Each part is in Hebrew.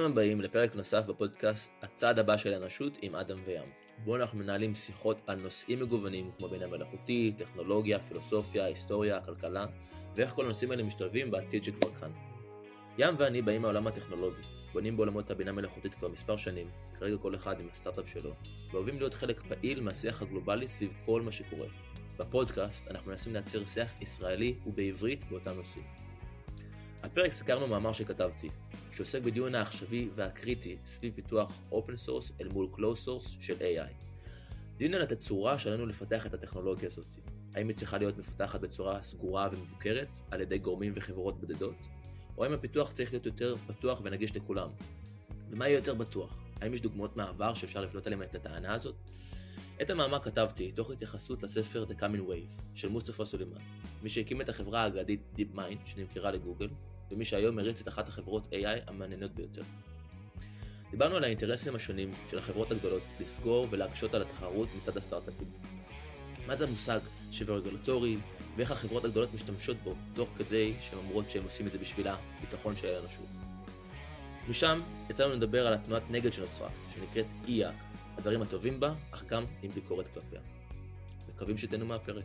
הבאים לפרק נוסף בפודקאסט הצעד הבא של האנושות עם אדם וים. בו אנחנו מנהלים שיחות על נושאים מגוונים כמו בינה מלאכותית, טכנולוגיה, פילוסופיה, היסטוריה, כלכלה, ואיך כל הנושאים האלה משתלבים בעתיד שכבר כאן. ים ואני באים מהעולם הטכנולוגי, בונים בעולמות הבינה מלאכותית כבר מספר שנים, כרגע כל אחד עם הסטארט-אפ שלו, ואוהבים להיות חלק פעיל מהשיח הגלובלי סביב כל מה שקורה. בפודקאסט אנחנו מנסים לייצר שיח ישראלי ובעברית באותם נושאים. הפרק סקרנו מאמר שכתבתי, שעוסק בדיון העכשווי והקריטי סביב פיתוח open source אל מול closed source של AI. דיון על התצורה שלנו לפתח את הטכנולוגיה הזאת. האם היא צריכה להיות מפותחת בצורה סגורה ומבוקרת על ידי גורמים וחברות בודדות? או האם הפיתוח צריך להיות יותר פתוח ונגיש לכולם? ומה יהיה יותר בטוח? האם יש דוגמאות מעבר שאפשר לפנות עליהם את הטענה הזאת? את המאמר כתבתי תוך התייחסות לספר The Coming Wave של מוסטפא סולימאן, מי שהקים את החברה האגדית DeepMind שנמכרה לגוגל, ומי שהיום מריץ את אחת החברות AI המעניינות ביותר. דיברנו על האינטרסים השונים של החברות הגדולות לסגור ולהקשות על התחרות מצד הסטארט-אפים. מה זה המושג שוויון רגולטורי, ואיך החברות הגדולות משתמשות בו תוך כדי שהן אומרות שהן עושים את זה בשביל הביטחון של האנושות. משם יצאנו לדבר על התנועת נגד שנוצרה, שנקראת איאק, הדברים הטובים בה, אך גם עם ביקורת כלפיה. מקווים שתהנו מהפרק.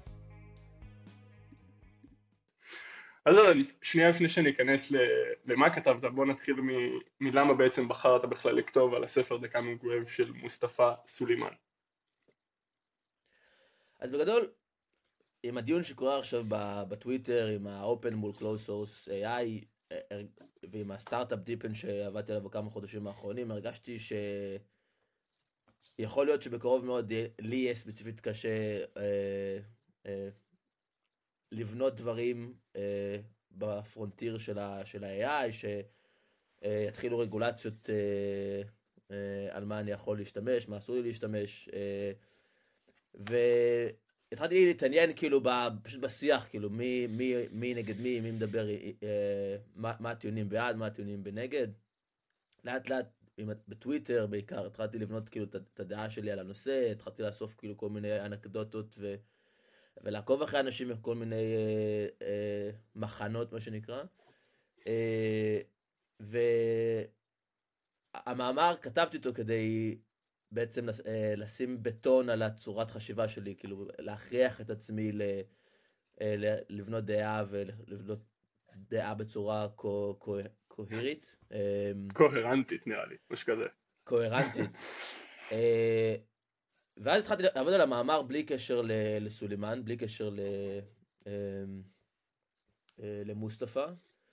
אז שנייה לפני שניכנס למה כתבת, בוא נתחיל מלמה בעצם בחרת בכלל לכתוב על הספר The Coming Wave של מוסטפא סולימאן. אז בגדול, עם הדיון שקורה עכשיו בטוויטר, עם ה-Open מול Closed Source AI, ועם הסטארט-אפ דיפן שעבדתי עליו בכמה חודשים האחרונים, הרגשתי שיכול להיות שבקרוב מאוד לי יהיה ספציפית קשה לבנות דברים בפרונטיר של ה-AI, שיתחילו רגולציות על מה אני יכול להשתמש, מה אסור לי להשתמש, והתחלתי להתעניין כאילו פשוט בשיח, כאילו מי נגד מי מדבר, מה הטיעונים בעד, מה הטיעונים בנגד. לאט לאט בטוויטר בעיקר התחלתי לבנות כאילו את הדעה שלי על הנושא, התחלתי לאסוף כאילו כל מיני אנקדוטות ולעקוב אחרי אנשים מכל מיני מחנות מה שנקרא. והמאמר כתבתי אותו כדי בעצם לשים בטון על הצורת חשיבה שלי, כאילו להכריח את עצמי לבנות דעה ולבנות דעה בצורה קוהרנטית. קוהרנטית נראה לי, משהו כזה. קוהרנטית. ואז התחלתי לעבוד על המאמר בלי קשר לסולימאן, בלי קשר למוסטפא,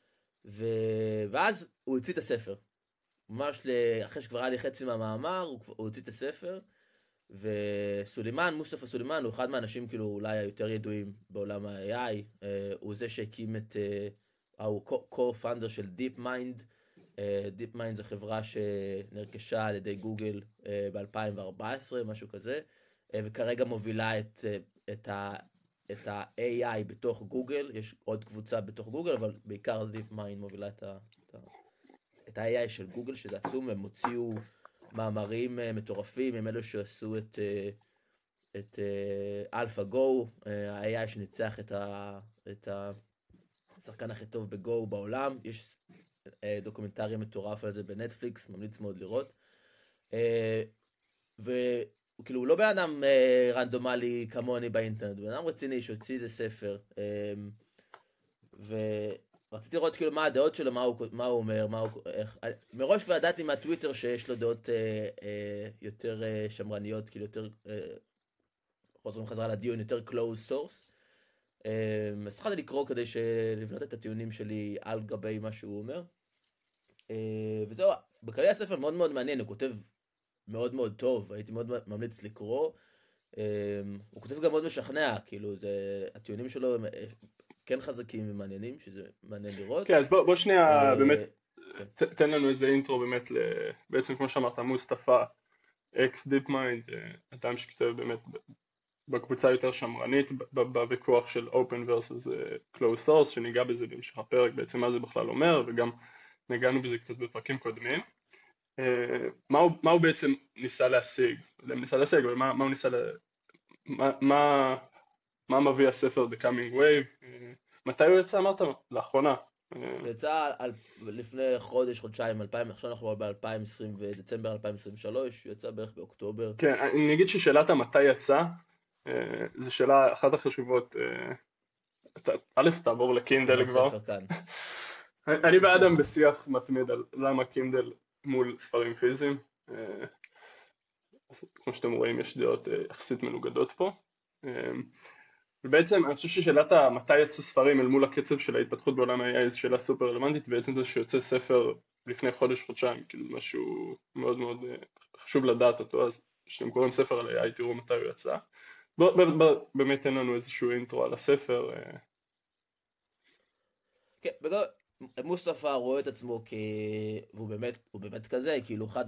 ואז הוא הוציא את הספר. ממש אחרי שכבר היה לי חצי מהמאמר, הוא הוציא את הספר, וסולימאן, מוסטפא סולימאן, הוא אחד מהאנשים כאילו אולי היותר ידועים בעולם ה-AI, הוא זה שהקים הוא co-founder של DeepMind. DeepMind זו חברה שנרכשה על ידי גוגל ב-2014, משהו כזה, וכרגע מובילה את ה-AI בתוך גוגל. יש עוד קבוצה בתוך גוגל, אבל בעיקר DeepMind מובילה את ה-AI של גוגל, שזה עצום. הם הוציאו מאמרים מטורפים, הם אלו שעשו את AlphaGo, ה-AI שניצח את השחקן הכי טוב בגו בעולם. יש דוקומנטרי מטורף על זה בנטפליקס, ממליץ מאוד לראות. וכאילו הוא לא בן אדם רנדומלי כמוני באינטרנט, בן אדם רציני שהוציא איזה ספר, ורציתי לראות כאילו מה הדעות שלו, מה הוא אומר, מראש כבר ידעתי מהטוויטר שיש לו דעות יותר שמרניות, כאילו יותר, חוזרים חזרה לדיון, יותר closed source. אז התחלתי לקרוא כדי לבנות את הטיעונים שלי על גבי מה שהוא אומר. וזהו, בכללי הספר מאוד מאוד מעניין, הוא כותב מאוד מאוד טוב, הייתי מאוד ממליץ לקרוא. הוא כותב גם מאוד משכנע, כאילו הטיעונים שלו הם כן חזקים ומעניינים, שזה מעניין לראות. כן, אז בוא שנייה באמת, תן לנו איזה אינטרו באמת, בעצם כמו שאמרת, מוסטפא, אקס דיפמיינד, אדם שכתב באמת בקבוצה יותר שמרנית, בוויכוח של open versus closed source, שניגע בזה בהמשך הפרק, בעצם מה זה בכלל אומר, וגם נגענו בזה קצת בפרקים קודמים. מה הוא בעצם ניסה להשיג? אבל מה הוא ניסה מה מביא הספר The Coming Wave? מתי הוא יצא? אמרת לאחרונה. יצא לפני חודש, חודשיים, עכשיו אנחנו ב-2020 ודצמבר 2023, יצא בערך באוקטובר. כן, אני אגיד ששאלת המתי יצא, זו שאלה אחת החשובות. א', תעבור לקינדל כבר. אני ואדם בשיח מתמיד על למה קינדל מול ספרים פיזיים. כמו שאתם רואים, יש דעות יחסית מנוגדות פה. ובעצם אני חושב ששאלת מתי יצא ספרים אל מול הקצב של ההתפתחות בעולם ה-AI זו שאלה סופר רלוונטית, בעצם זה שיוצא ספר לפני חודש, חודשיים, כאילו משהו מאוד מאוד חשוב לדעת אותו, אז כשאתם קוראים ספר על AI תראו מתי הוא יצא. באמת אין לנו איזשהו אינטרו על הספר. כן, בגלל מוסטפא רואה את עצמו והוא באמת כזה, כאילו אחד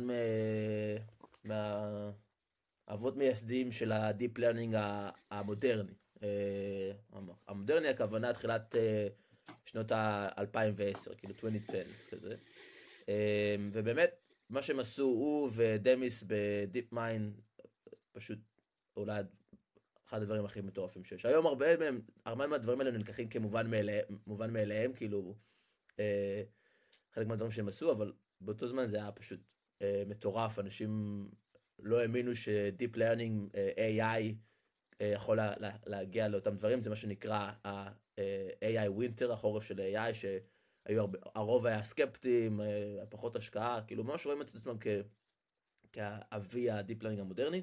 מהאבות מייסדים של הדיפ לרנינג המודרני. המודרני הכוונה תחילת שנות ה-2010, כאילו 2010 כזה. ובאמת מה שהם עשו, הוא ודמיס בדיפ מיינד, פשוט אולי אחד הדברים הכי מטורפים שיש. היום הרבה מהדברים האלה נלקחים כמובן מאליהם, כאילו חלק מהדברים שהם עשו, אבל באותו זמן זה היה פשוט מטורף. אנשים לא האמינו שדיפ לרנינג AI יכול להגיע לאותם דברים. זה מה שנקרא ה-AI ווינטר, החורף של AI, שהרוב היה סקפטים, פחות השקעה, כאילו ממש רואים את עצמם כאבי הדיפ לרנינג המודרני.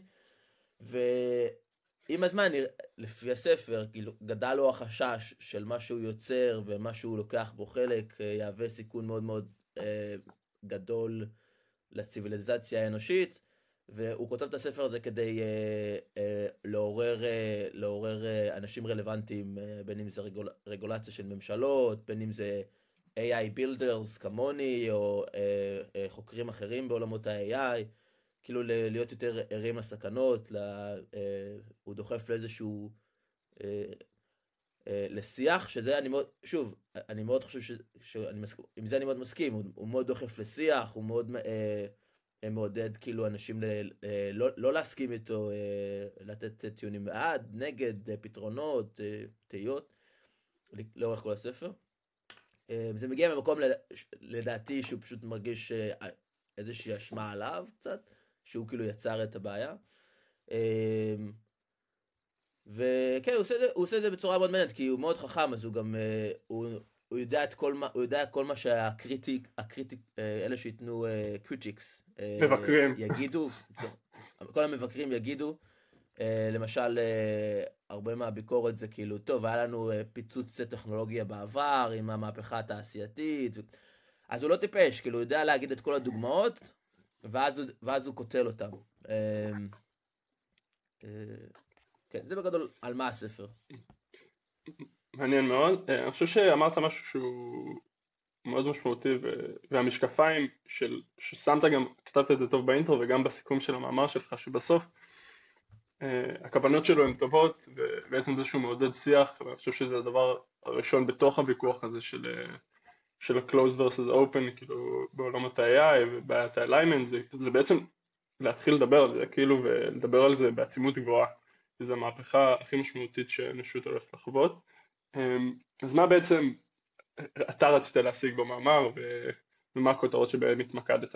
ועם הזמן, לפי הספר, כאילו, גדל לו החשש של מה שהוא יוצר ומה שהוא לוקח בו חלק, יהווה סיכון מאוד מאוד גדול לציביליזציה האנושית, והוא כותב את הספר הזה כדי לעורר אנשים רלוונטיים, בין אם זה רגולציה של ממשלות, בין אם זה AI builders כמוני, או חוקרים אחרים בעולמות ה-AI, כאילו להיות יותר ערים לסכנות, הוא דוחף לאיזשהו לשיח, שזה אני מאוד חושב עם זה אני מאוד מסכים, הוא מאוד דוחף לשיח, הוא מאוד מעודד כאילו אנשים לא להסכים איתו, לתת טיעונים בעד, נגד, פתרונות, תהיות, לאורך כל הספר. זה מגיע ממקום לדעתי שהוא פשוט מרגיש איזושהי אשמה עליו קצת, שהוא כאילו יצר את הבעיה. וכן, הוא עושה את זה בצורה מאוד מעניינת, כי הוא מאוד חכם, אז הוא גם, הוא יודע את כל מה אלה שיתנו קריטיקס, יגידו, כל המבקרים יגידו, למשל, הרבה מהביקורת זה כאילו, טוב, היה לנו פיצוץ טכנולוגיה בעבר, עם המהפכה התעשייתית, אז הוא לא טיפש, כאילו, הוא יודע להגיד את כל הדוגמאות, ואז הוא קוטל אותם. כן, זה בגדול על מה הספר. מעניין מאוד. אני חושב שאמרת משהו שהוא מאוד משמעותי, והמשקפיים ששמת גם, כתבת את זה טוב באינטרו וגם בסיכום של המאמר שלך, שבסוף הכוונות שלו הן טובות, ובעצם זה שהוא מעודד שיח, ואני חושב שזה הדבר הראשון בתוך הוויכוח הזה של ה-closed versus open, כאילו בעולמות ה-AI ובעיית ה-alignment, זה בעצם להתחיל לדבר על זה, כאילו, ולדבר על זה בעצימות גבוהה, זו המהפכה הכי משמעותית שהאנושות הולכת לחוות. אז מה בעצם אתה רצית להשיג במאמר, ומה הכותרות שבהם התמקדת?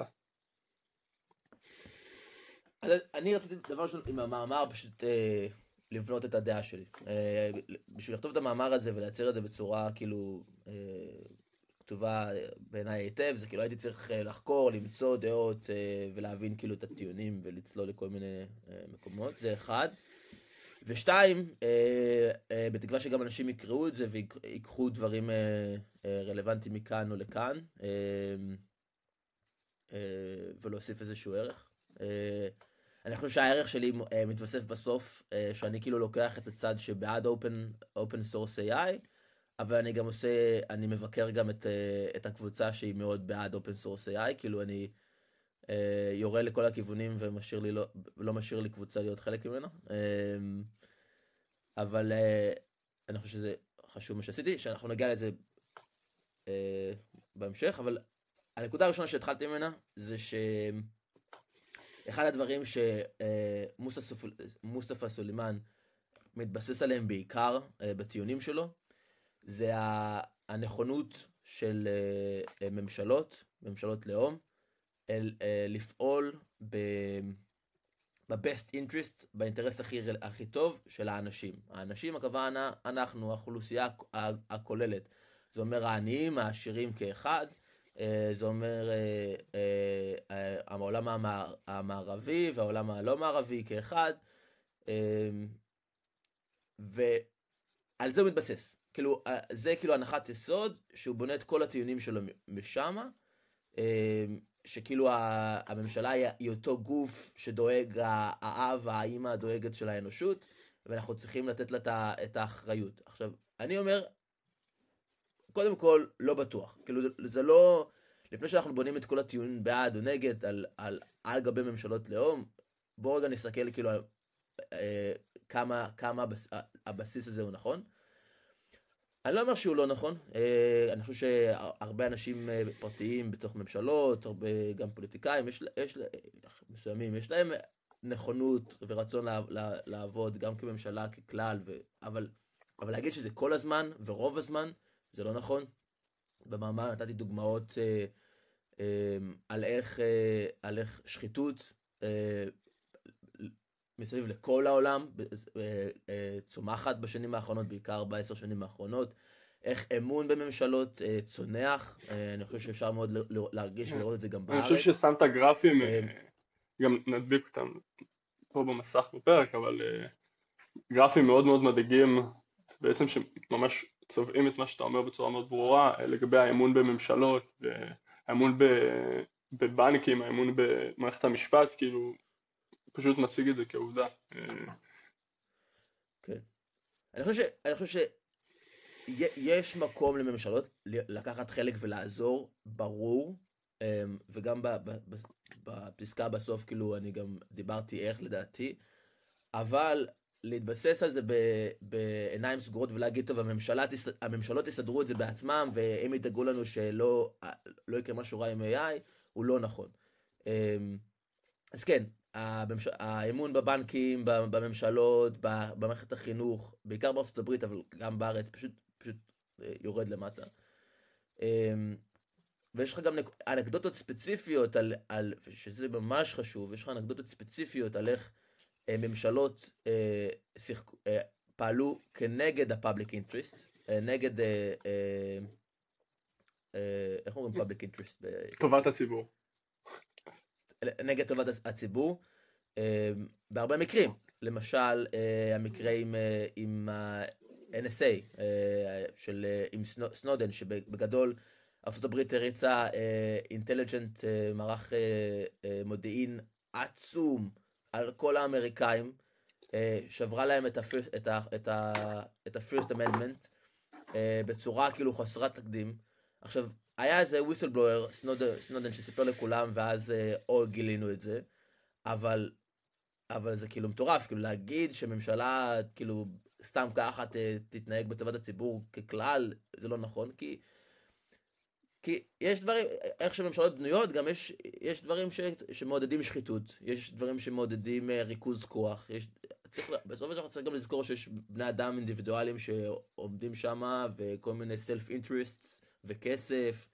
אני רציתי דבר ראשון עם המאמר פשוט לבנות את הדעה שלי. בשביל לכתוב את המאמר הזה ולייצר את זה בצורה כאילו כתובה בעיניי היטב, זה כאילו הייתי צריך לחקור, למצוא דעות ולהבין כאילו את הטיעונים ולצלול לכל מיני מקומות, זה אחד. ושתיים, בתקווה שגם אנשים יקראו את זה ויקחו דברים רלוונטיים מכאן או לכאן, ולהוסיף איזשהו ערך. אני חושב שהערך שלי מתווסף בסוף, שאני כאילו לוקח את הצד שבעד open source AI, אבל אני גם אני מבקר גם את הקבוצה שהיא מאוד בעד open source AI, כאילו אני יורה לכל הכיוונים ולא משאיר לי קבוצה להיות חלק ממנה. אבל אני חושב שזה חשוב מה שעשיתי, שאנחנו נגיע לזה בהמשך, אבל הנקודה הראשונה שהתחלתי ממנה זה שאחד הדברים שמוסטפא סולימאן מתבסס עליהם בעיקר בטיעונים שלו, זה הנכונות של ממשלות לאום, לפעול ב-best interest, באינטרס הכי טוב של האנשים. האנשים, הכוונה, אנחנו, האוכלוסייה הכוללת. זה אומר העניים, העשירים כאחד, זה אומר העולם המערבי והעולם הלא מערבי כאחד, ועל זה הוא מתבסס. כאילו, זה כאילו הנחת יסוד שהוא בונה את כל הטיעונים שלו משמה, שכאילו הממשלה היא אותו גוף שדואג, האב, האמא הדואגת של האנושות, ואנחנו צריכים לתת לה את האחריות. עכשיו, אני אומר, קודם כל, לא בטוח. כאילו, זה לא, לפני שאנחנו בונים את כל הטיעונים בעד או נגד על גבי ממשלות לאום, בואו רגע נסתכל כאילו כמה הבסיס הזה הוא נכון. אני לא אומר שהוא לא נכון, אני חושב שהרבה אנשים פרטיים בתוך ממשלות, הרבה גם פוליטיקאים, מסוימים, יש להם נכונות ורצון לעבוד גם כממשלה, ככלל, אבל להגיד שזה כל הזמן ורוב הזמן, זה לא נכון. במאמר נתתי דוגמאות על איך שחיתות מסביב לכל העולם צומחת בשנים האחרונות, בעיקר ב10 שנים האחרונות, איך אמון בממשלות צונח. אני חושב שאפשר מאוד להרגיש ולראות את זה גם בארץ. אני חושב ששמת גרפים, גם נדביק אותם פה במסך בפרק, אבל גרפים מאוד מאוד מדאיגים, בעצם שממש צובעים את מה שאתה אומר בצורה מאוד ברורה, לגבי האמון בממשלות, והאמון בבנקים, האמון במערכת המשפט, כאילו פשוט מציג את זה כעובדה. כן. אני חושב שיש מקום לממשלות לקחת חלק ולעזור, ברור, וגם בפסקה בסוף, כאילו, אני גם דיברתי איך לדעתי, אבל להתבסס על זה בעיניים סגורות ולהגיד, טוב, הממשלות יסדרו את זה בעצמם, והם ידאגו לנו שלא יקרה משהו רע עם AI, הוא לא נכון. אז כן, האמון בבנקים, בממשלות, במערכת החינוך, בעיקר בארצות הברית, אבל גם בארץ, פשוט יורד למטה. ויש לך גם אנקדוטות ספציפיות שזה ממש חשוב, יש לך אנקדוטות ספציפיות על איך ממשלות פעלו כנגד ה-public interest, נגד, איך אומרים public interest? טובת הציבור. נגד טובת הציבור, בהרבה מקרים. למשל, המקרה עם ה-NSA, עם סנודן, שבגדול ארצות הברית הריצה אינטליג'נט, מערך מודיעין עצום על כל האמריקאים, שברה להם את ה-First Amendment בצורה כאילו חסרת תקדים. עכשיו, היה איזה whistleblower, סנודן, שסיפר לכולם, ואז גילינו את זה, אבל זה כאילו מטורף, כאילו להגיד שממשלה כאילו סתם ככה תתנהג בטובת הציבור ככלל, זה לא נכון, כי יש דברים, איך שממשלות בנויות, גם יש דברים שמעודדים שחיתות, יש דברים שמעודדים ריכוז כוח, בסוף של דבר צריך גם לזכור שיש בני אדם אינדיבידואלים שעומדים שם, וכל מיני self-interests, וכסף.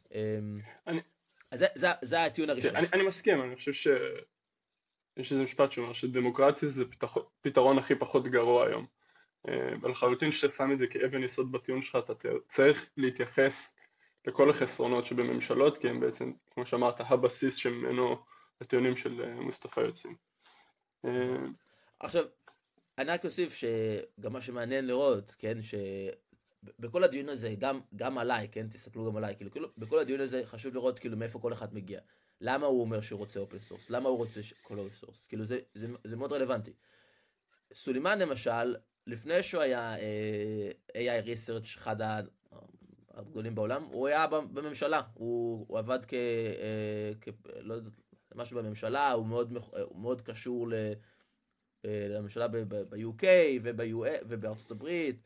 אז זה הטיעון הראשון. אני מסכים, אני חושב יש איזה משפט שאומר שדמוקרטיה זה פתרון הכי פחות גרוע היום. ולחלוטין שאתה שם את זה כאבן יסוד בטיעון שלך, אתה צריך להתייחס לכל החסרונות שבממשלות, כי הם בעצם, כמו שאמרת, הבסיס שממנו הטיעונים של מוסטפא יוצאים. עכשיו, אני רק אוסיף שגם מה שמעניין לראות, כן, בכל הדיון הזה, גם עליי, כן, תסתכלו גם עליי, כאילו, בכל הדיון הזה חשוב לראות כאילו מאיפה כל אחד מגיע. למה הוא אומר שהוא רוצה open source? למה הוא רוצה כל open source? כאילו זה מאוד רלוונטי. סולימן למשל, לפני שהוא היה AI Research, אחד הגדולים בעולם, הוא היה בממשלה, הוא עבד לא יודע, משהו בממשלה, הוא מאוד קשור לממשלה ב-UK ובארצות הברית,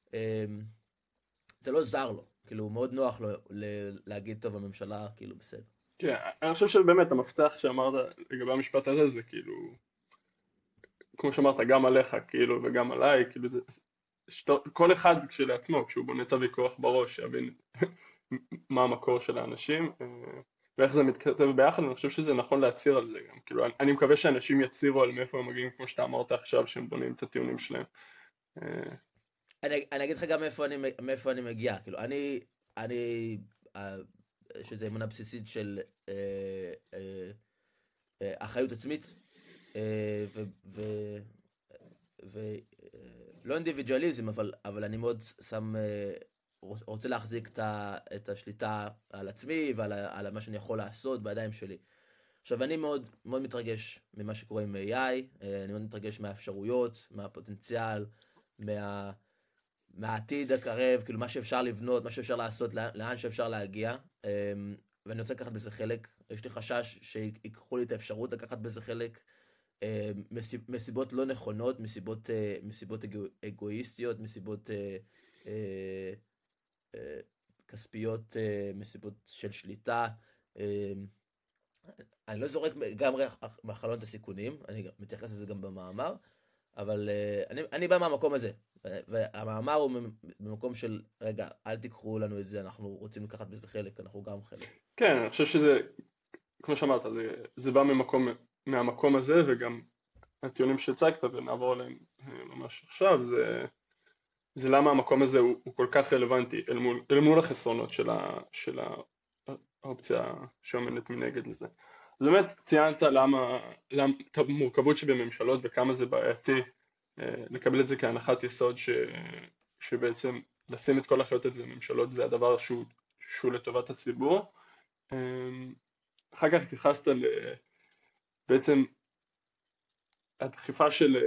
זה לא זר לו, כאילו מאוד נוח לו להגיד טוב הממשלה, כאילו בסדר. כן, אני חושב שבאמת המפתח שאמרת לגבי המשפט הזה זה כאילו, כמו שאמרת, גם עליך כאילו וגם עליי, כאילו זה, כל אחד כשלעצמו, כשהוא בונה את הוויכוח בראש, יבין מה המקור של האנשים, ואיך זה מתכתב ביחד. אני חושב שזה נכון להצהיר על זה גם, כאילו אני מקווה שאנשים יצהירו על מאיפה הם מגיעים, כמו שאתה אמרת עכשיו, שהם בונים את הטיעונים שלהם. אני אגיד לך גם מאיפה אני מגיע, כאילו אני שזה אמונה בסיסית של אחריות עצמית, ולא אינדיבידואליזם, אבל אני מאוד רוצה להחזיק את השליטה על עצמי ועל מה שאני יכול לעשות בידיים שלי. עכשיו, אני מאוד מאוד מתרגש ממה שקורה עם AI, אני מאוד מתרגש מהאפשרויות, מהפוטנציאל, מהעתיד הקרב, כאילו מה שאפשר לבנות, מה שאפשר לעשות, לאן שאפשר להגיע, ואני רוצה לקחת בזה חלק. יש לי חשש שיקחו לי את האפשרות לקחת בזה חלק, מסיבות לא נכונות, מסיבות אגואיסטיות, מסיבות כספיות, מסיבות של שליטה. אני לא זורק גם מהחלון את הסיכונים, אני מתייחס לזה גם במאמר, אבל אני בא מהמקום הזה, והמאמר הוא במקום של, רגע, אל תיקחו לנו את זה, אנחנו רוצים לקחת בזה חלק, אנחנו גם חלק. כן, אני חושב שזה, כמו שאמרת, זה בא מהמקום הזה, וגם הטיעונים שהצגת, ונעבור עליהם ממש עכשיו, זה למה המקום הזה הוא כל כך רלוונטי אל מול החסרונות של האופציה שעומדת מנגד לזה. אז באמת ציינת את המורכבות שבממשלות וכמה זה בעייתי לקבל את זה כהנחת יסוד שבעצם לשים את כל החיות את זה בממשלות זה הדבר שהוא לטובת הציבור. אחר כך התייחסת בעצם הדחיפה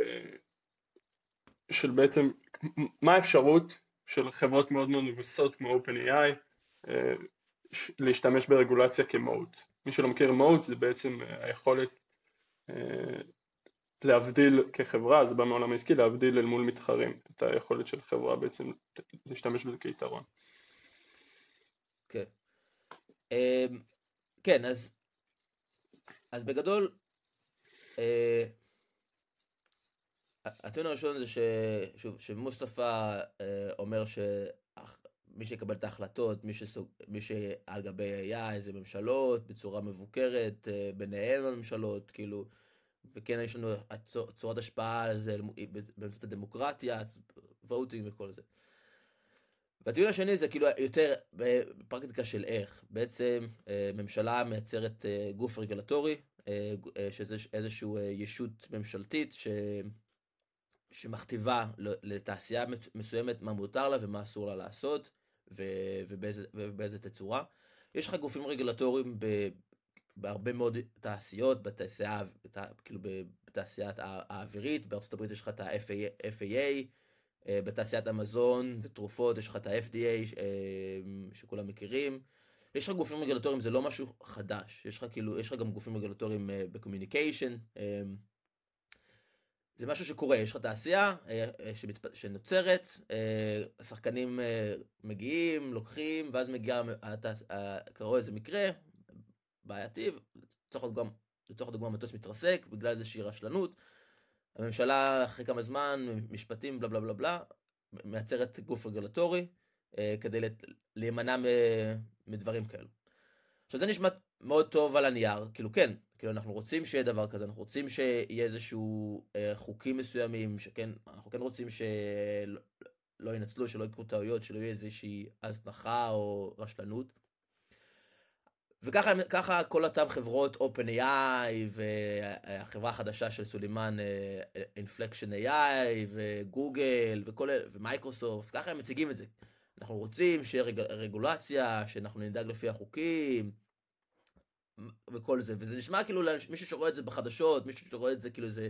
של בעצם מה האפשרות של חברות מאוד מאוד מבוססות כמו OpenAI להשתמש ברגולציה כמוד. מי שלא מכיר מוד זה בעצם היכולת להבדיל כחברה, זה בא מעולם העסקי, להבדיל אל מול מתחרים, את היכולת של חברה בעצם להשתמש בזה כיתרון. כן. כן, אז בגדול, הטיעון הראשון זה שמוסטפא אומר שמי שיקבל את ההחלטות, מי שעל גבי AI זה ממשלות, בצורה מבוקרת, ביניהם הממשלות, כאילו, וכן יש לנו צורת השפעה על זה באמצעות הדמוקרטיה, voting וכל זה. והטיעון השני זה כאילו יותר בפרקטיקה של איך. בעצם ממשלה מייצרת גוף רגולטורי, שזה איזשהו ישות ממשלתית שמכתיבה לתעשייה מסוימת מה מותר לה ומה אסור לה לעשות, ובאיזה תצורה. יש לך גופים רגולטוריים בהרבה מאוד תעשיות, בתעשיית האווירית, בארצות הברית יש לך את ה-FAA, בתעשיית המזון ותרופות יש לך את ה-FDA שכולם מכירים. יש לך גופים רגולטוריים, זה לא משהו חדש, יש לך גם גופים רגולטוריים בקומיוניקיישן, זה משהו שקורה, יש לך תעשייה שנוצרת, השחקנים מגיעים, לוקחים, ואז מגיע, קרוא איזה מקרה, בעייתי, לצורך הדוגמה מטוס מתרסק, בגלל איזושהי רשלנות, הממשלה אחרי כמה זמן, משפטים בלה בלה בלה בלה, מייצרת גוף רגולטורי, כדי להימנע מדברים כאלו. עכשיו זה נשמע מאוד טוב על הנייר, כאילו כן, כאילו אנחנו רוצים שיהיה דבר כזה, אנחנו רוצים שיהיה איזשהו חוקים מסוימים, שכן, אנחנו כן רוצים שלא ינצלו, שלא יקרו טעויות, שלא יהיה איזושהי הזנחה או רשלנות. וככה כל אותם חברות OpenAI והחברה החדשה של סולימן, Inflection AI וגוגל ומייקרוסופט, ככה הם מציגים את זה. אנחנו רוצים שיהיה רגולציה, שאנחנו נדאג לפי החוקים וכל זה, וזה נשמע כאילו מישהו שרואה את זה בחדשות, מישהו שרואה את זה כאילו זה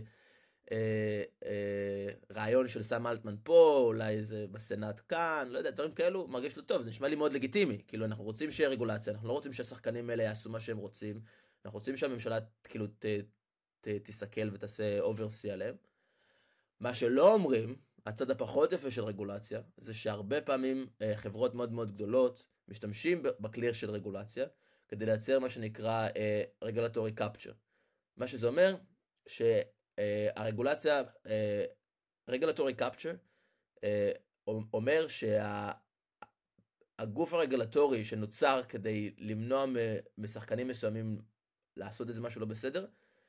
רעיון של סם אלטמן פה, אולי זה בסנאט כאן, לא יודע, דברים כאלו, מרגיש לו טוב, זה נשמע לי מאוד לגיטימי, כאילו אנחנו רוצים שיהיה רגולציה, אנחנו לא רוצים שהשחקנים האלה יעשו מה שהם רוצים, אנחנו רוצים שהממשלה כאילו תסתכל ותעשה אוברסי עליהם. מה שלא אומרים, הצד הפחות יפה של רגולציה, זה שהרבה פעמים חברות מאוד מאוד גדולות משתמשים בכלי של רגולציה, כדי לייצר מה שנקרא regulatory capture. מה שזה אומר, שהרגולציה, regulatory capture, אומר הגוף הרגולטורי שנוצר כדי למנוע משחקנים מסוימים לעשות איזה משהו לא בסדר,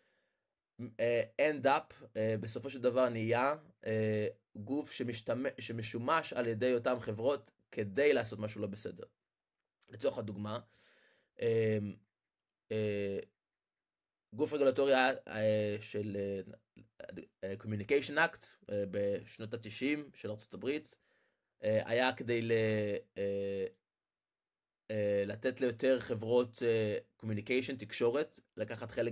end up, בסופו של דבר נהיה גוף שמשומש על ידי אותם חברות כדי לעשות משהו לא בסדר. לצורך הדוגמה, גוף רגולטורי של Communication Act בשנות ה-90 של ארצות הברית, היה כדי לתת ליותר חברות Communication, תקשורת, לקחת חלק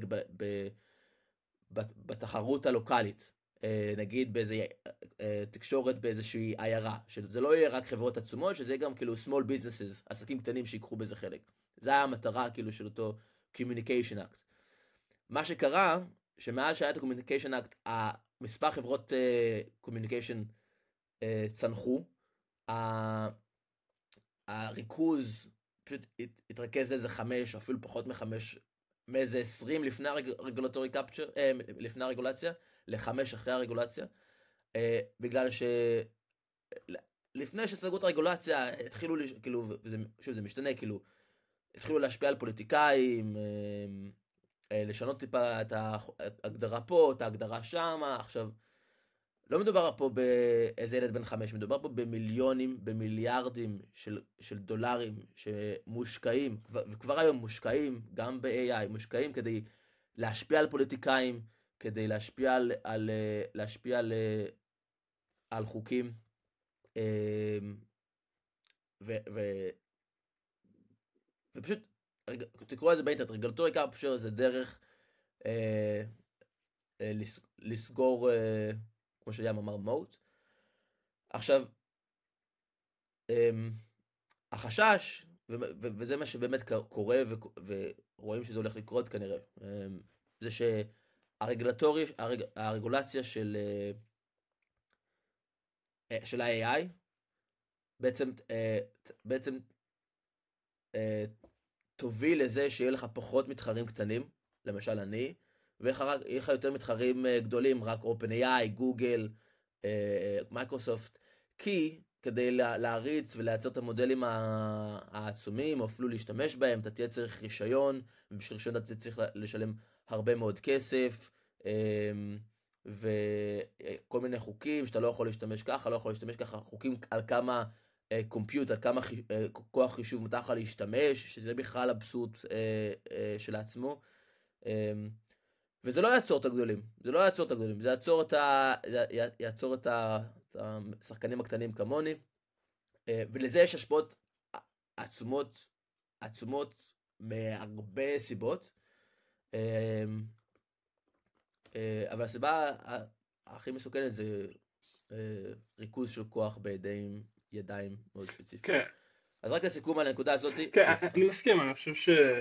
בתחרות הלוקלית, נגיד באיזה תקשורת באיזושהי עיירה, שזה לא יהיה רק חברות עצומות, שזה יהיה גם כאילו small businesses, עסקים קטנים שיקחו בזה חלק. זה היה המטרה כאילו של אותו Communication Act. מה שקרה, שמאז שהיה את ה-Communication Act, מספר חברות Communication צנחו, הריכוז פשוט התרכז לאיזה 5, או אפילו פחות מ5, מאיזה 20 לפני הרגולטורי קפצ'ר, לפני הרגולציה, ל5 אחרי הרגולציה, בגלל לפני שסגרו את הרגולציה, התחילו, כאילו, שוב, זה משתנה, כאילו, התחילו להשפיע על פוליטיקאים, לשנות טיפה את ההגדרה פה, את ההגדרה שם. עכשיו, לא מדובר פה באיזה ילד בן 5, מדובר פה במיליונים, במיליארדים של דולרים שמושקעים, וכבר היום מושקעים, גם ב-AI, מושקעים כדי להשפיע על פוליטיקאים, כדי להשפיע על חוקים, ופשוט, תקראו על זה באינטרנט, רגולטורי קפצ'ר זה דרך לסגור, כמו שיאם אמר, מוט. עכשיו, החשש, וזה מה שבאמת קורה, ורואים שזה הולך לקרות כנראה, זה שהרגולציה של ה-AI, בעצם תוביל לזה שיהיה לך פחות מתחרים קטנים, למשל אני, ויהיה לך יותר מתחרים גדולים, רק OpenAI, גוגל, מייקרוסופט, כי כדי להריץ ולייצר את המודלים העצומים, או אפילו להשתמש בהם, אתה תהיה צריך רישיון, ובשביל רישיון אתה צריך לשלם הרבה מאוד כסף, וכל מיני חוקים שאתה לא יכול להשתמש ככה, לא יכול להשתמש ככה, חוקים על כמה קומפיוט, על כמה כוח חישוב מותר לך להשתמש, שזה בכלל אבסורד של עצמו. וזה לא יעצור את הגדולים, זה יעצור את השחקנים הקטנים כמוני, ולזה יש השפעות עצומות מהרבה סיבות, אבל הסיבה הכי מסוכנת זה ריכוז של כוח בידיים, ידיים מאוד ספציפיים. כן. אז רק לסיכום על הנקודה הזאת. כן, אני מסכים, אני חושב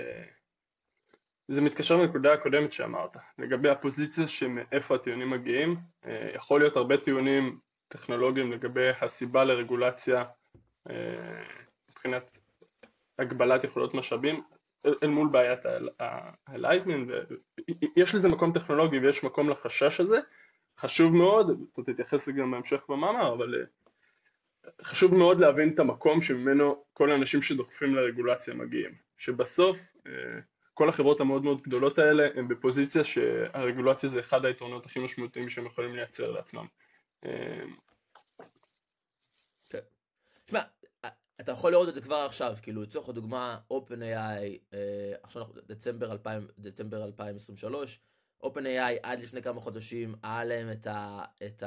זה מתקשר לנקודה הקודמת שאמרת, לגבי הפוזיציה שמאיפה הטיעונים מגיעים. יכול להיות הרבה טיעונים טכנולוגיים לגבי הסיבה לרגולציה מבחינת הגבלת יכולות משאבים אל מול בעיית הלייטנינג, יש לזה מקום טכנולוגי ויש מקום לחשש הזה, חשוב מאוד, אתה תתייחס גם בהמשך במאמר, אבל חשוב מאוד להבין את המקום שממנו כל האנשים שדוחפים לרגולציה מגיעים, שבסוף כל החברות המאוד מאוד גדולות האלה הן בפוזיציה שהרגולציה זה אחד היתרונות הכי משמעותיים שהם יכולים לייצר לעצמם. תשמע, אתה יכול לראות את זה כבר עכשיו, כאילו לצורך הדוגמה OpenAI, עכשיו דצמבר 2023, OpenAI עד לפני כמה חודשים היה להם את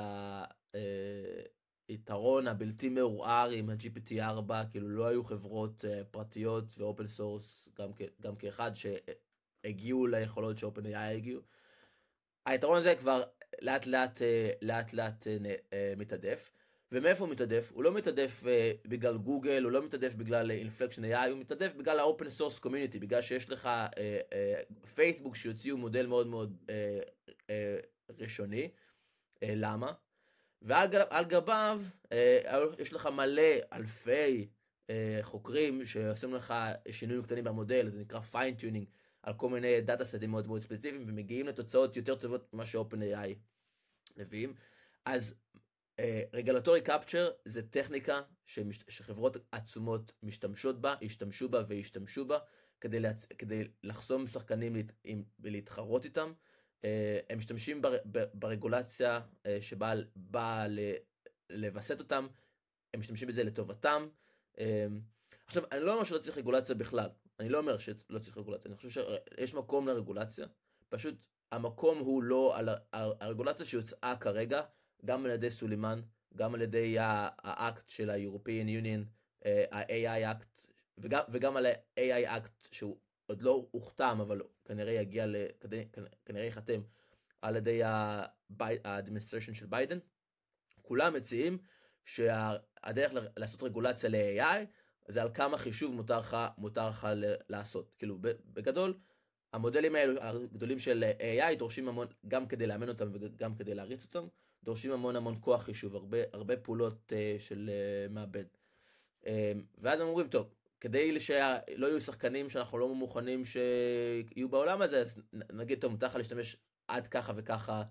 היתרון הבלתי מעורער עם ה-GPT-4, כאילו לא היו חברות פרטיות ואופן סורס גם כאחד שהגיעו ליכולות ש-OpenAI הגיעו. היתרון הזה כבר לאט לאט מתעדף. ומאיפה הוא מתעדף? הוא לא מתעדף בגלל גוגל, הוא לא מתעדף בגלל Inflection AI, הוא מתעדף בגלל ה-Open Source Community, בגלל שיש לך פייסבוק שיוציאו מודל מאוד מאוד ראשוני. למה? ועל גביו יש לך מלא אלפי חוקרים שעושים לך שינויים קטנים במודל, זה נקרא fine tuning, על כל מיני דאטה סטים מאוד מאוד ספציפיים, ומגיעים לתוצאות יותר טובות ממה ש-OpenAI מביאים. אז רגולטורי קפצ'ר זה טכניקה שחברות עצומות משתמשות בה, השתמשו בה וישתמשו בה, כדי לחסום שחקנים ולהתחרות איתם. הם משתמשים ברגולציה שבאה לבסט אותם, הם משתמשים בזה לטובתם. עכשיו, אני לא אומר שלא צריך רגולציה בכלל, אני לא אומר שלא צריך רגולציה, אני חושב שיש מקום לרגולציה, פשוט המקום הוא לא על הרגולציה שיוצאה כרגע, גם על ידי סולימן, גם על ידי האקט של ה-European Union, ה-AI Act, וגם על ה-AI Act שהוא עוד לא הוכתם, אבל כנראה יגיע, כנראה יחתם על ידי ה-administration של ביידן. כולם מציעים שהדרך לעשות רגולציה ל-AI, זה על כמה חישוב מותר לך לעשות. כאילו, בגדול, המודלים האלו, הגדולים של AI, דורשים המון, גם כדי לאמן אותם וגם כדי להריץ אותם, דורשים המון כוח חישוב, הרבה פעולות של מעבד. ואז הם אומרים, טוב, כדי שלא יהיו שחקנים שאנחנו לא מוכנים שיהיו בעולם הזה, אז נגיד, טוב, מותר לך להשתמש עד ככה וככה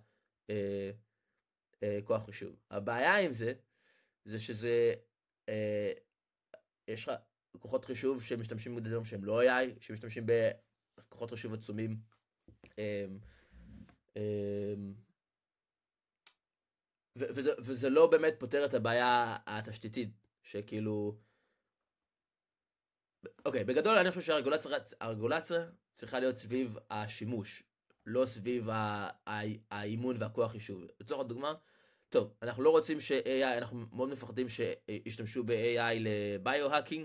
כוח חישוב. הבעיה עם זה שזה, יש לך כוחות חישוב שמשתמשים בדברים שהם לא AI, שמשתמשים בכוחות חישוב עצומים, וזה לא באמת פותר את הבעיה התשתיתית, שכאילו, אוקיי, בגדול אני חושב שהרגולציה צריכה להיות סביב השימוש, לא סביב האימון והכוח חישוב. לצורך הדוגמה, טוב, אנחנו לא רוצים ש-AI, אנחנו מאוד מפחדים שישתמשו ב-AI לביו-האקינג,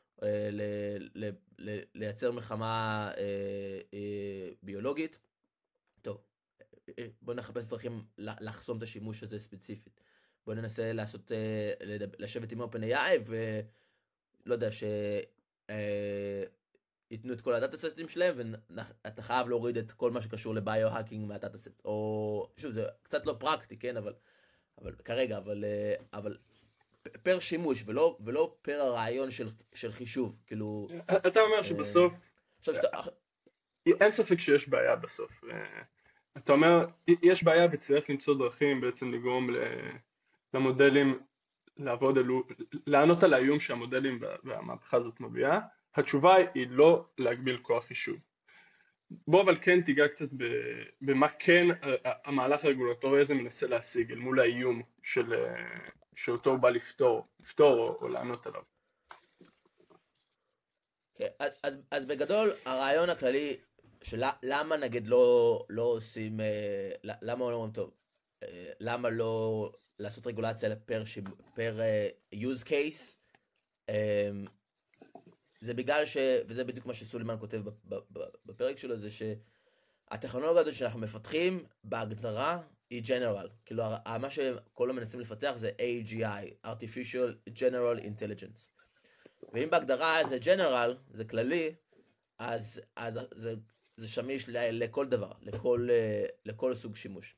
לייצר מלחמה ביולוגית. טוב, בואו נחפש דרכים לחסום את השימוש הזה ספציפית. בואו ננסה לשבת עם OpenAI ולא יודע, ייתנו את כל הדאטה סטים שלהם, ואתה חייב להוריד את כל מה שקשור לביו-האקינג מהדאטה סט. או, שוב, זה קצת לא פרקטי, כן? אבל כרגע, אבל פר שימוש, ולא פר הרעיון של חישוב, כאילו. אתה אומר שבסוף, אין ספק שיש בעיה בסוף. אתה אומר, יש בעיה וצריך למצוא דרכים בעצם לגרום למודלים לענות על האיום שהמודלים והמהפכה הזאת מביאה. התשובה היא לא להגביל כוח חישוב. בוא אבל כן תיגע קצת במה כן המהלך הרגולטורי הזה מנסה להשיג אל מול האיום שאותו הוא בא לפתור או לענות עליו. אז בגדול הרעיון הכללי של למה נגיד לא עושים, למה לא אומרים טוב, למה לא לעשות רגולציה פר use case, זה בגלל וזה בדיוק מה שסולימן כותב בפרק שלו, זה שהטכנולוגיה הזאת שאנחנו מפתחים בהגדרה היא general, כאילו מה שכולם מנסים לפתח זה AGI, artificial general intelligence, ואם בהגדרה זה general, זה כללי, אז זה שמיש לכל דבר, לכל סוג שימוש.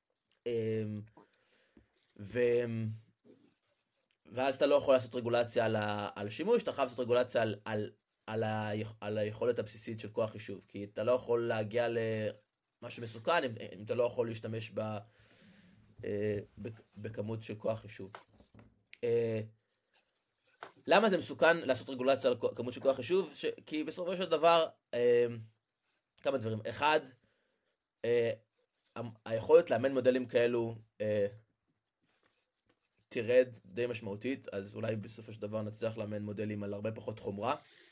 ואז אתה לא יכול לעשות רגולציה על שימוש, אתה חייב לעשות רגולציה על היכולת הבסיסית של כוח חישוב, כי אתה לא יכול להגיע למה שמסוכן אם אתה לא יכול להשתמש בכמות של כוח חישוב. למה זה מסוכן לעשות רגולציה על כמות של כוח חישוב? כי בסופו של דבר, כמה דברים. אחד, היכולת לאמן מודלים כאלו תרד די משמעותית, אז אולי בסופו של דבר נצליח לאמן מודלים על הרבה פחות חומרה.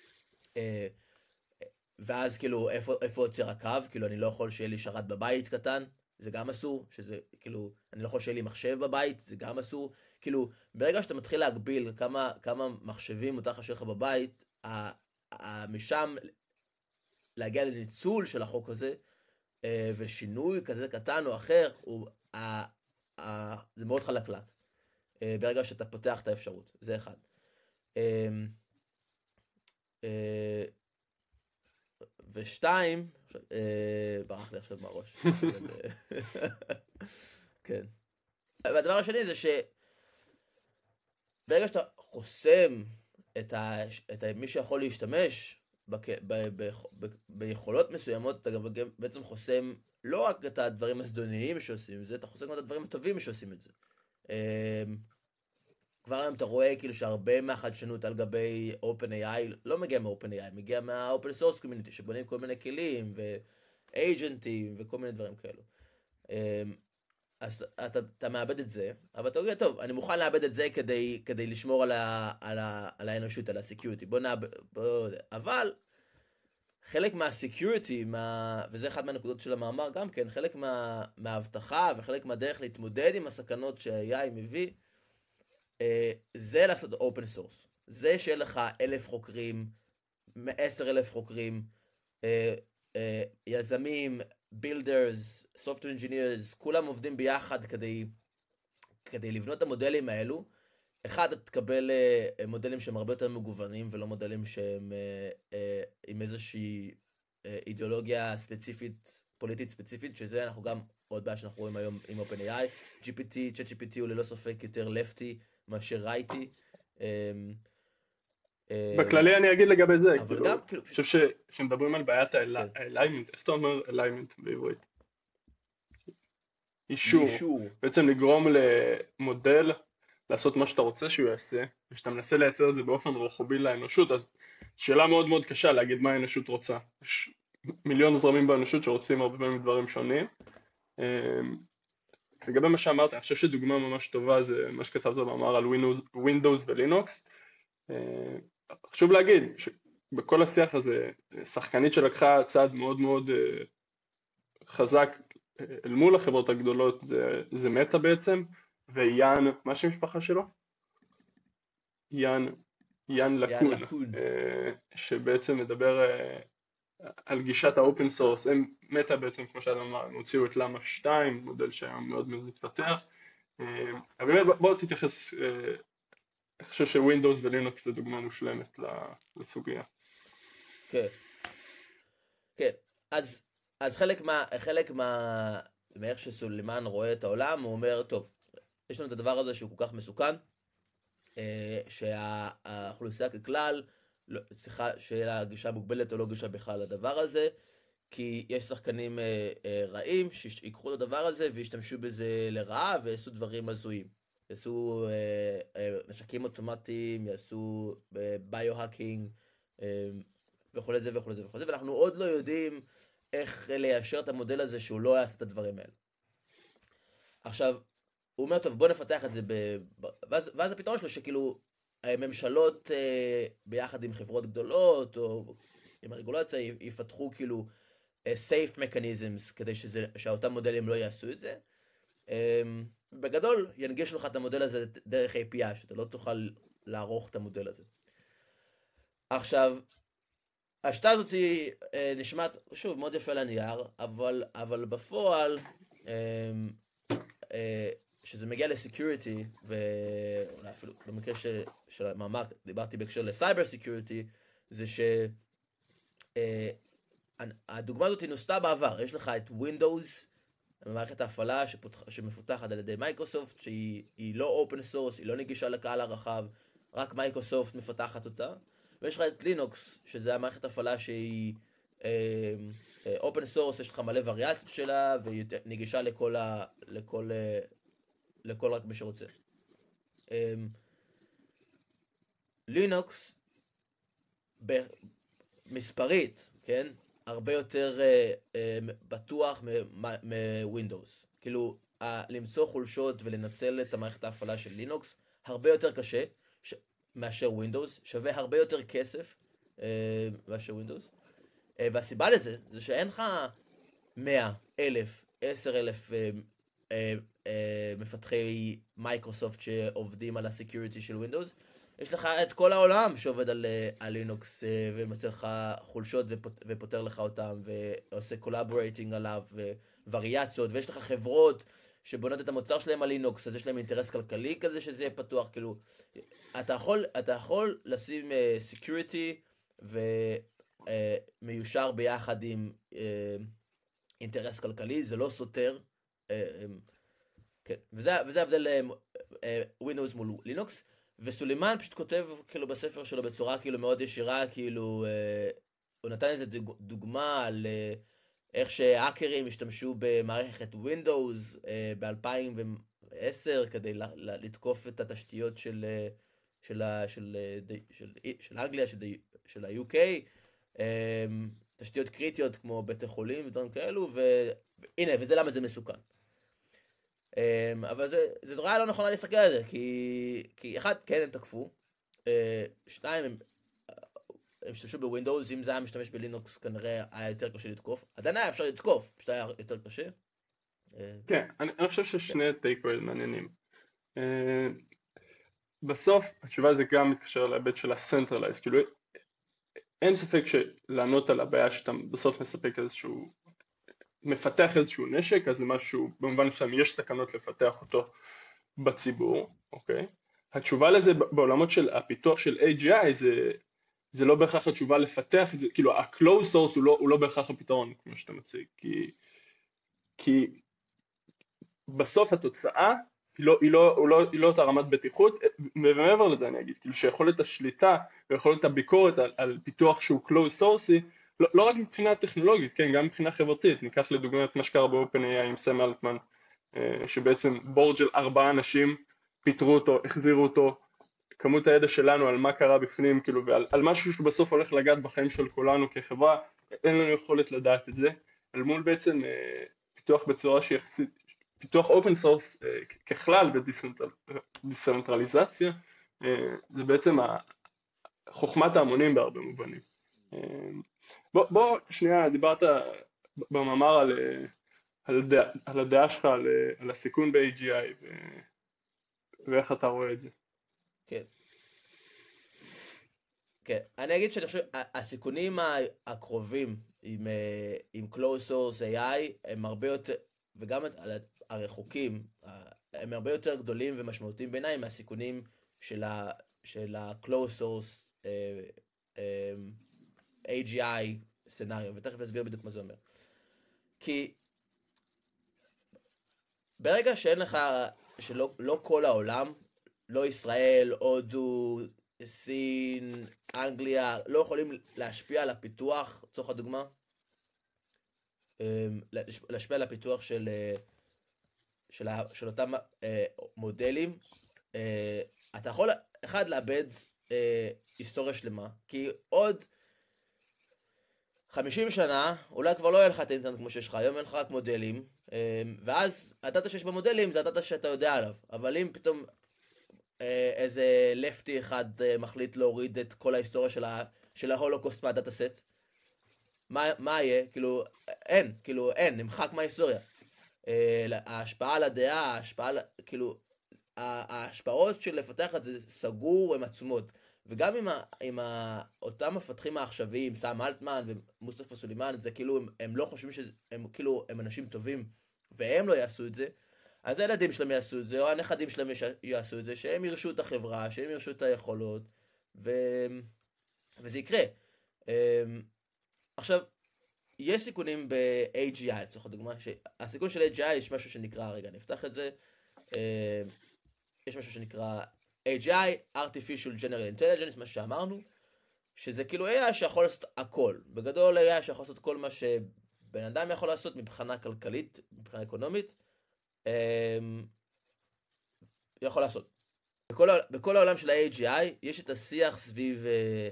ואז כאילו, איפה עוצר הקו? כאילו, אני לא יכול שיהיה לי שרת בבית קטן, זה גם אסור, שזה כאילו, אני לא יכול שיהיה לי מחשב בבית, זה גם אסור. כאילו, ברגע שאתה מתחיל להגביל כמה מחשבים מותר לך בבית, משם להגיע לניצול של החוק הזה, ושינוי כזה קטן או אחר, זה מאוד חלקלק. ברגע שאתה פותח את האפשרות, זה אחד. ושתיים, ברח לי עכשיו מהראש. כן. והדבר השני זה ברגע שאתה חוסם את מי שיכול להשתמש ביכולות מסוימות, אתה גם בעצם חוסם לא רק את הדברים הזדוניים שעושים את זה, אתה חוסם גם את הדברים הטובים שעושים את זה. כבר היום אתה רואה כאילו שהרבה מהחדשנות על גבי OpenAI לא מגיע מ-OpenAI, מגיע מה-Open Source Community שבונים כל מיני כלים ואג'נטים וכל מיני דברים כאלו. אז אתה מאבד את זה, אבל אתה אומר, טוב, אני מוכן לאבד את זה כדי לשמור על האנושות, על הסקיוריטי. אבל חלק מהסקיוריטי, וזה אחד מהנקודות של המאמר גם כן, חלק מההבטחה וחלק מהדרך להתמודד עם הסכנות שה-AI מביא, זה לעשות אופן סורס. זה שיהיה לך 1,000 חוקרים, 10,000 חוקרים, יזמים, builders, software engineers, כולם עובדים ביחד כדי לבנות את המודלים האלו. אחד, אתה תקבל מודלים שהם הרבה יותר מגוונים, ולא מודלים שהם עם איזושהי אידיאולוגיה ספציפית, פוליטית ספציפית, שזה אנחנו גם עוד בעיה שאנחנו רואים היום עם OpenAI. ChatGPT הוא ללא ספק יותר לפטי מאשר רייטי. בכללי אני אגיד לגבי זה, אני חושב שמדברים על בעיית האליימנט, איך אתה אומר אליימנט בעברית? אישור, בעצם לגרום למודל לעשות מה שאתה רוצה שהוא יעשה, ושאתה מנסה לייצר את זה באופן רוחבי לאנושות, אז שאלה מאוד מאוד קשה להגיד מה האנושות רוצה. יש מיליון זרמים באנושות שרוצים הרבה פעמים דברים שונים. לגבי מה שאמרת, אני חושב שדוגמה ממש טובה זה מה שכתבת במאמר על Windows ולינוקס. חשוב להגיד שבכל השיח הזה, שחקנית שלקחה צעד מאוד מאוד חזק אל מול החברות הגדולות, זה מטה בעצם, ויאן, מה שם המשפחה שלו? יאן לקון, שבעצם מדבר על גישת האופן סורס. הם מטה בעצם, כמו שאדם אמר, הם הוציאו את למה 2, מודל שהיה מאוד מאוד מתפתח. אבל באמת בואו תתייחס, אני חושב שווינדוס ולינוקס זה דוגמה מושלמת לסוגיה. כן. כן, אז חלק מאיך שסולימן רואה את העולם, הוא אומר, טוב, יש לנו את הדבר הזה שהוא כל כך מסוכן, שהאוכלוסייה ככלל, צריכה שיהיה לה גישה מוגבלת או לא גישה בכלל לדבר הזה, כי יש שחקנים רעים שיקחו את הדבר הזה וישתמשו בזה לרעה ויעשו דברים הזויים. יעשו נשקים אוטומטיים, יעשו ביו-האקינג וכו' זה וכו' זה וכו' זה, ואנחנו עוד לא יודעים איך ליישר את המודל הזה שהוא לא יעשה את הדברים האלה. עכשיו, הוא אומר, טוב, בוא נפתח את זה, ואז הפתרון שלו שכאילו ממשלות ביחד עם חברות גדולות או עם הרגולציה יפתחו כאילו safe mechanisms כדי שאותם מודלים לא יעשו את זה. בגדול ינגיש לך את המודל הזה דרך API, שאתה לא תוכל לערוך את המודל הזה. עכשיו, השתה הזאת נשמעת, שוב, מאוד יפה לנייר, אבל בפועל, שזה מגיע לסקיוריטי, ואולי אפילו במקרה של המאמר, דיברתי בהקשר לסייבר סקיוריטי, זה שהדוגמה הזאת נוסתה בעבר. יש לך את Windows, מערכת ההפעלה שמפותחת על ידי מייקרוסופט, שהיא לא אופן סורס, היא לא נגישה לקהל הרחב, רק מייקרוסופט מפתחת אותה. ויש לך את לינוקס, שזה המערכת ההפעלה שהיא אופן סורס, יש לך מלא וריאציות שלה, והיא נגישה לכל רק מי שרוצה. לינוקס, מספרית, כן? הרבה יותר בטוח מווינדוס. כאילו, למצוא חולשות ולנצל את המערכת ההפעלה של לינוקס, הרבה יותר קשה מאשר ווינדוס, שווה הרבה יותר כסף מאשר ווינדוס. והסיבה לזה, זה שאין לך 100, 1,000, 10,000 מפתחי מייקרוסופט שעובדים על הסקיוריטי של ווינדוס. יש לך את כל העולם שעובד על לינוקס ומצא לך חולשות ופותר לך אותם ועושה קולאבורייטינג עליו ווריאציות, ויש לך חברות שבונות את המוצר שלהם על לינוקס, אז יש להם אינטרס כלכלי כזה שזה יהיה פתוח. כאילו, אתה יכול לשים סקיוריטי ומיושר ביחד עם אינטרס כלכלי, זה לא סותר. כן, וזה ההבדל ווינדוס מול לינוקס. וסולימן פשוט כותב כאילו בספר שלו בצורה כאילו מאוד ישירה, כאילו הוא נתן איזה דוגמה על איך שהאקרים השתמשו במערכת ווינדוס ב-2000 10 כדי לתקוף את התשתיות של אנגליה, של ה-UK, תשתיות קריטיות כמו בתי חולים ודברים כאלו, והנה, וזה למה זה מסוכן. אבל זה דוריה לא נכונה להסתכל על זה, כי אחד, כן, הם תקפו, שתיים, הם השתמשו בווינדוס, אם זה היה משתמש בלינוקס כנראה היה יותר קשה לתקוף, עדיין היה אפשר לתקוף, פשוט היה יותר קשה. כן, אני חושב ששני טייקווייז מעניינים. בסוף התשובה זה גם מתקשר להיבט של ה-centralized, כאילו אין ספק שלענות על הבעיה שאתה בסוף מספק איזשהו, מפתח איזשהו נשק, אז זה משהו, במובן מסוים יש סכנות לפתח אותו בציבור, אוקיי? התשובה לזה בעולמות של הפיתוח של AGI זה לא בהכרח התשובה לפתח את זה, כאילו ה-closed source הוא לא בהכרח הפתרון כמו שאתה מציג, כי בסוף התוצאה היא לא אותה רמת בטיחות, ומעבר לזה אני אגיד, כאילו שיכולת השליטה ויכולת הביקורת על פיתוח שהוא closed source, לא רק מבחינה טכנולוגית, כן, גם מבחינה חברתית. ניקח לדוגמה את מה שקרה ב-OpenAI עם סם אלטמן, שבעצם בורד של 4 אנשים פיתרו אותו, החזירו אותו, כמות הידע שלנו על מה קרה בפנים, כאילו, ועל משהו שבסוף הולך לגעת בחיים של כולנו כחברה, אין לנו יכולת לדעת את זה, אל מול בעצם פיתוח בצורה שיחסית, פיתוח אופן סורס ככלל בדיסנטרליזציה, זה בעצם חוכמת ההמונים בהרבה מובנים. בוא שנייה, דיברת במאמר על הדעה שלך, על הסיכון ב-AGI ואיך אתה רואה את זה. כן. כן, אני אגיד שאני חושב, הסיכונים הקרובים עם closed source AI הם הרבה יותר, וגם הרחוקים, הם הרבה יותר גדולים ומשמעותיים בעיניי מהסיכונים של ה-closed source AGI סנריו, ותכף אסביר בדיוק מה זה אומר. כי ברגע שאין לך, שלא כל העולם, לא ישראל, הודו, סין, אנגליה, לא יכולים להשפיע על הפיתוח, לצורך הדוגמה, להשפיע על הפיתוח של אותם מודלים, אתה יכול, אחד, לאבד היסטוריה שלמה, כי עוד 50 שנה, אולי כבר לא יהיה לך את האינטרנט כמו שיש לך, היום אין לך רק מודלים, ואז הדאטה שיש במודלים זה הדאטה שאתה יודע עליו, אבל אם פתאום איזה לפטי אחד מחליט להוריד את כל ההיסטוריה של ההולוקוסט מהדאטה סט, מה יהיה? כאילו אין, נמחק מההיסטוריה. ההשפעה על הדעה, ההשפעות של לפתח את זה סגור, הן עצומות. וגם עם אותם מפתחים העכשוויים, סם אלטמן ומוסטפא סולימאן, זה כאילו הם לא חושבים שהם כאילו הם אנשים טובים והם לא יעשו את זה, אז הילדים שלהם יעשו את זה, או הנכדים שלהם יעשו את זה, שהם ירשו את החברה, שהם ירשו את היכולות, וזה יקרה. עכשיו, יש סיכונים ב-AGI, לצורך הדוגמה, הסיכון של AGI יש משהו שנקרא, רגע נפתח את זה, יש משהו שנקרא AGI, Artificial General Intelligence, מה שאמרנו, שזה כאילו AI שיכול לעשות הכל. בגדול AI שיכול לעשות כל מה שבן אדם יכול לעשות מבחינה כלכלית, מבחינה אקונומית, יכול לעשות. בכל העולם של ה-AGI יש את השיח סביב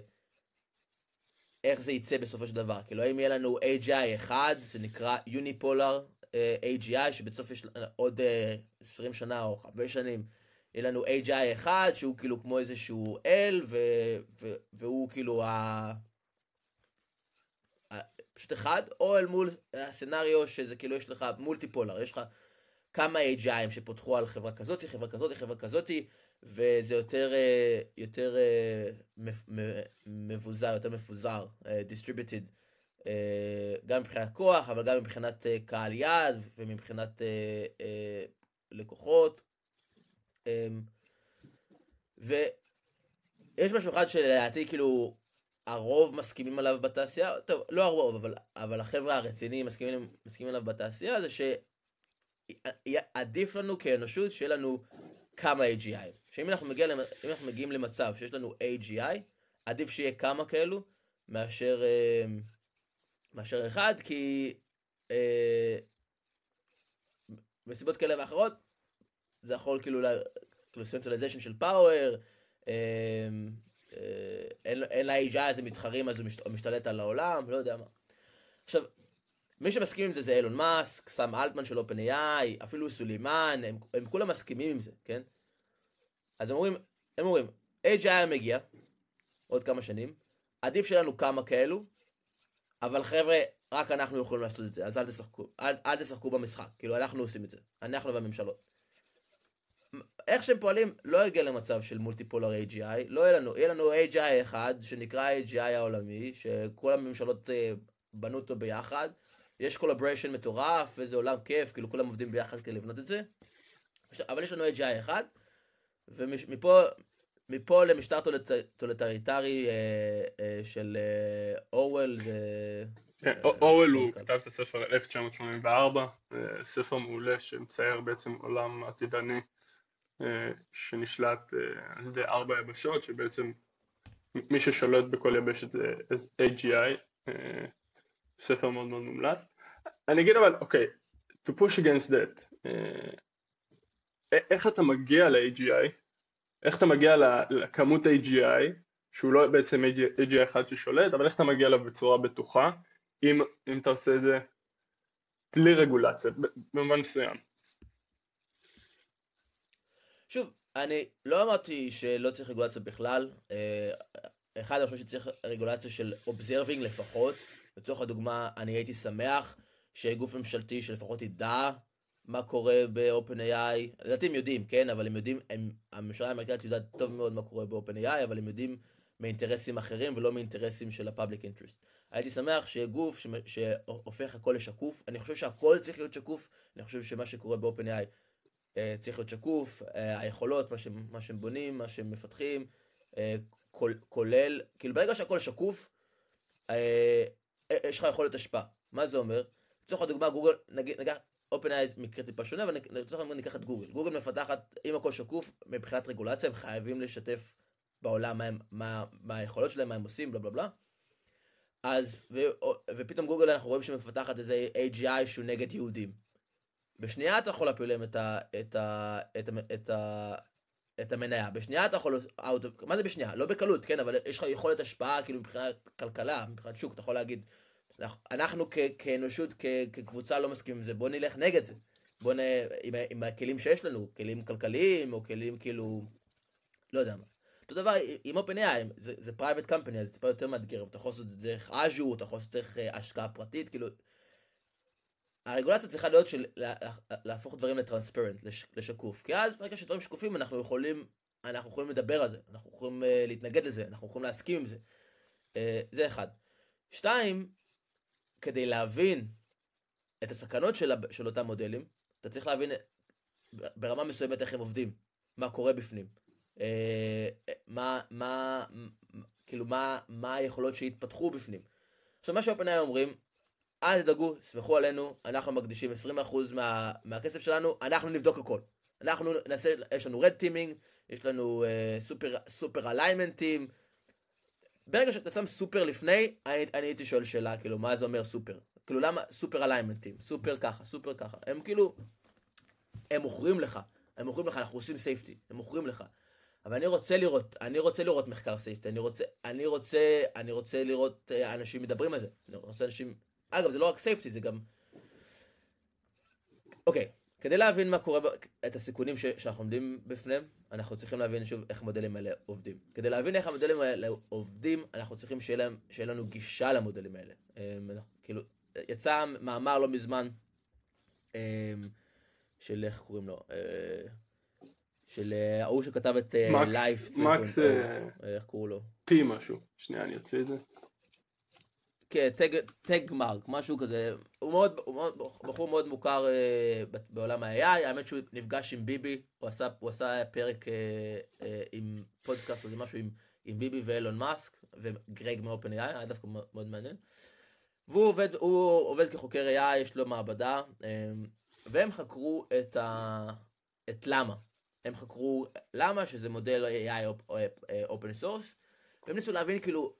איך זה יצא בסופו של דבר. כאילו האם יהיה לנו AGI אחד, זה נקרא Unipolar AGI, שבסוף יש עוד 20 שנה או 5 שנים, יהיה לנו AGI אחד, שהוא כאילו כמו איזשהו L, והוא כאילו פשוט אחד, או אל מול הסצנריו שזה כאילו יש לך מולטיפולר, יש לך כמה AGI'ים שפותחו על חברה כזאת, חברה כזאת, חברה כזאת, וזה יותר מבוזר, יותר מפוזר, distributed, גם מבחינת כוח, אבל גם מבחינת קהל יעד, ומבחינת לקוחות. ויש משהו אחד שלדעתי כאילו הרוב מסכימים עליו בתעשייה, טוב, לא הרוב, אבל החבר'ה הרציניים מסכימים עליו בתעשייה, זה שעדיף לנו כאנושות שיהיה לנו כמה AGI. שאם אנחנו מגיעים למצב שיש לנו AGI, עדיף שיהיה כמה כאלו מאשר אחד, כי מסיבות כאלה ואחרות זה יכול כאילו centralization של power, אין ל-AGI איזה מתחרים, אז הוא משתלט על העולם, לא יודע מה. עכשיו, מי שמסכים עם זה זה אילון מאסק, סם אלטמן של OpenAI, אפילו סולימן, הם כולם מסכימים עם זה, כן? אז הם אומרים, AGI מגיע, עוד כמה שנים, עדיף שלנו כמה כאלו, אבל חבר'ה, רק אנחנו יכולים לעשות את זה, אז אל תשחקו במשחק, כאילו אנחנו עושים את זה, אנחנו והממשלות. איך שהם פועלים, לא יגיע למצב של מולטיפולר AGI, לא יהיה לנו AGI אחד, שנקרא AGI העולמי, שכל הממשלות בנו אותו ביחד, יש קולבריישן מטורף, איזה עולם כיף, כאילו כולם עובדים ביחד כדי לבנות את זה, אבל יש לנו AGI אחד, ומפה למשטר טוטליטרי של אורוול. אורוול הוא כתב את הספר 1984, ספר מעולה שמצייר בעצם עולם עתידני שנשלט על ידי 4 יבשות, שבעצם מי ששולט בכל יבשת זה AGI, ספר מאוד מאוד מומלץ. אני אגיד אבל, אוקיי, to push against that, איך אתה מגיע ל-AGI, איך אתה מגיע לכמות AGI, שהוא לא בעצם AGI אחד ששולט, אבל איך אתה מגיע אליו בצורה בטוחה, אם אתה עושה את זה בלי רגולציה, במובן מסוים. שוב, אני לא אמרתי שלא צריך רגולציה בכלל, אחד אני חושב שצריך רגולציה של observing לפחות, לצורך הדוגמה אני הייתי שמח שגוף ממשלתי שלפחות ידע מה קורה ב-OpenAI, לדעתי הם יודעים, כן, אבל הם יודעים, הממשלה האמריקאית יודעת טוב מאוד מה קורה ב-OpenAI, אבל הם יודעים מאינטרסים אחרים ולא מאינטרסים של ה-public interest. הייתי שמח שיהיה גוף שהופך הכל לשקוף, אני חושב שהכל צריך להיות שקוף, אני חושב שמה שקורה ב-OpenAI צריך להיות שקוף, היכולות, מה שהם בונים, מה שהם מפתחים, כולל, כאילו ברגע שהכל שקוף, יש לך יכולת השפעה. מה זה אומר? לצורך הדוגמה, גוגל, נגיד, OpenAI מקרה טיפה שונה, אבל לצורך הדוגמה ניקח את גוגל. גוגל מפתחת, אם הכל שקוף, מבחינת רגולציה, הם חייבים לשתף בעולם מה היכולות שלהם, מה הם עושים, בלה בלה בלה. אז, ופתאום גוגל אנחנו רואים שמפתחת איזה AGI שהוא נגד יהודים. בשנייה אתה יכול להפיל להם את המניה. בשנייה אתה יכול, מה זה בשנייה? לא בקלות, כן, אבל יש לך יכולת השפעה, כאילו מבחינת כלכלה, מבחינת שוק, אתה יכול להגיד, אנחנו כאנושות, כקבוצה לא מסכימים עם זה, בוא נלך נגד זה. בוא עם הכלים שיש לנו, כלים כלכליים, או כלים כאילו, לא יודע מה. אותו דבר, עם OpenAI, זה private company, אז זה טיפה יותר מאתגר, אתה יכול לעשות את זה דרך Azure, אתה יכול לעשות דרך השקעה פרטית, כאילו, הרגולציה צריכה להיות של להפוך דברים לטרנספרנט, לשקוף, כי אז ברגע שדברים שקופים אנחנו יכולים לדבר על זה, אנחנו יכולים להתנגד לזה, אנחנו יכולים להסכים עם זה. זה אחד. 2, כדי להבין את הסכנות של אותם מודלים, אתה צריך להבין ברמה מסוימת איך הם עובדים, מה קורה בפנים, מה היכולות שהתפתחו בפנים. עכשיו מה ש-OpenAI אומרים, אל תדאגו, סמכו עלינו, אנחנו מקדישים 20% מהכסף שלנו, אנחנו נבדוק הכל. אנחנו נעשה, יש לנו red teaming, יש לנו super alignment team. ברגע שאתה שם סופר לפני, אני הייתי שואל שאלה, כאילו, מה זה אומר סופר? כאילו, למה super alignment team? סופר ככה, סופר ככה. הם כאילו, הם מוכרים לך, אנחנו עושים safety, הם מוכרים לך. אבל אני רוצה לראות מחקר safety, אני רוצה לראות אנשים מדברים על זה, אני רוצה אנשים, אגב, זה לא רק safety, זה גם, אוקיי, כדי להבין מה קורה, את הסיכונים שאנחנו עומדים בפניהם, אנחנו צריכים להבין שוב איך המודלים האלה עובדים. כדי להבין איך המודלים האלה עובדים, אנחנו צריכים שיהיה לנו גישה למודלים האלה. כאילו, יצא מאמר לא מזמן, של איך קוראים לו, של ההוא שכתב את Life 3.0, איך קוראו לו? T משהו, שנייה אני אוציא את זה. כן, טגמרק, משהו כזה, הוא בחור מאוד מוכר בעולם ה-AI, האמת שהוא נפגש עם ביבי, הוא עשה פרק עם פודקאסט או זה משהו עם ביבי ואילון מאסק, וגרג מ-OpenAI, היה דווקא מאוד מעניין, והוא עובד כחוקר AI, יש לו מעבדה, והם חקרו את למה, הם חקרו למה שזה מודל AI open source, והם ניסו להבין כאילו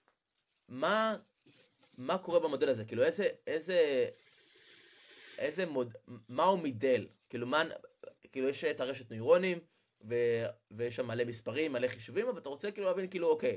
מה קורה במודל הזה, כאילו מה הוא מידל, כאילו כאילו יש את הרשת נוירונים, ויש שם מלא מספרים, מלא חישובים, אבל אתה רוצה כאילו להבין כאילו אוקיי,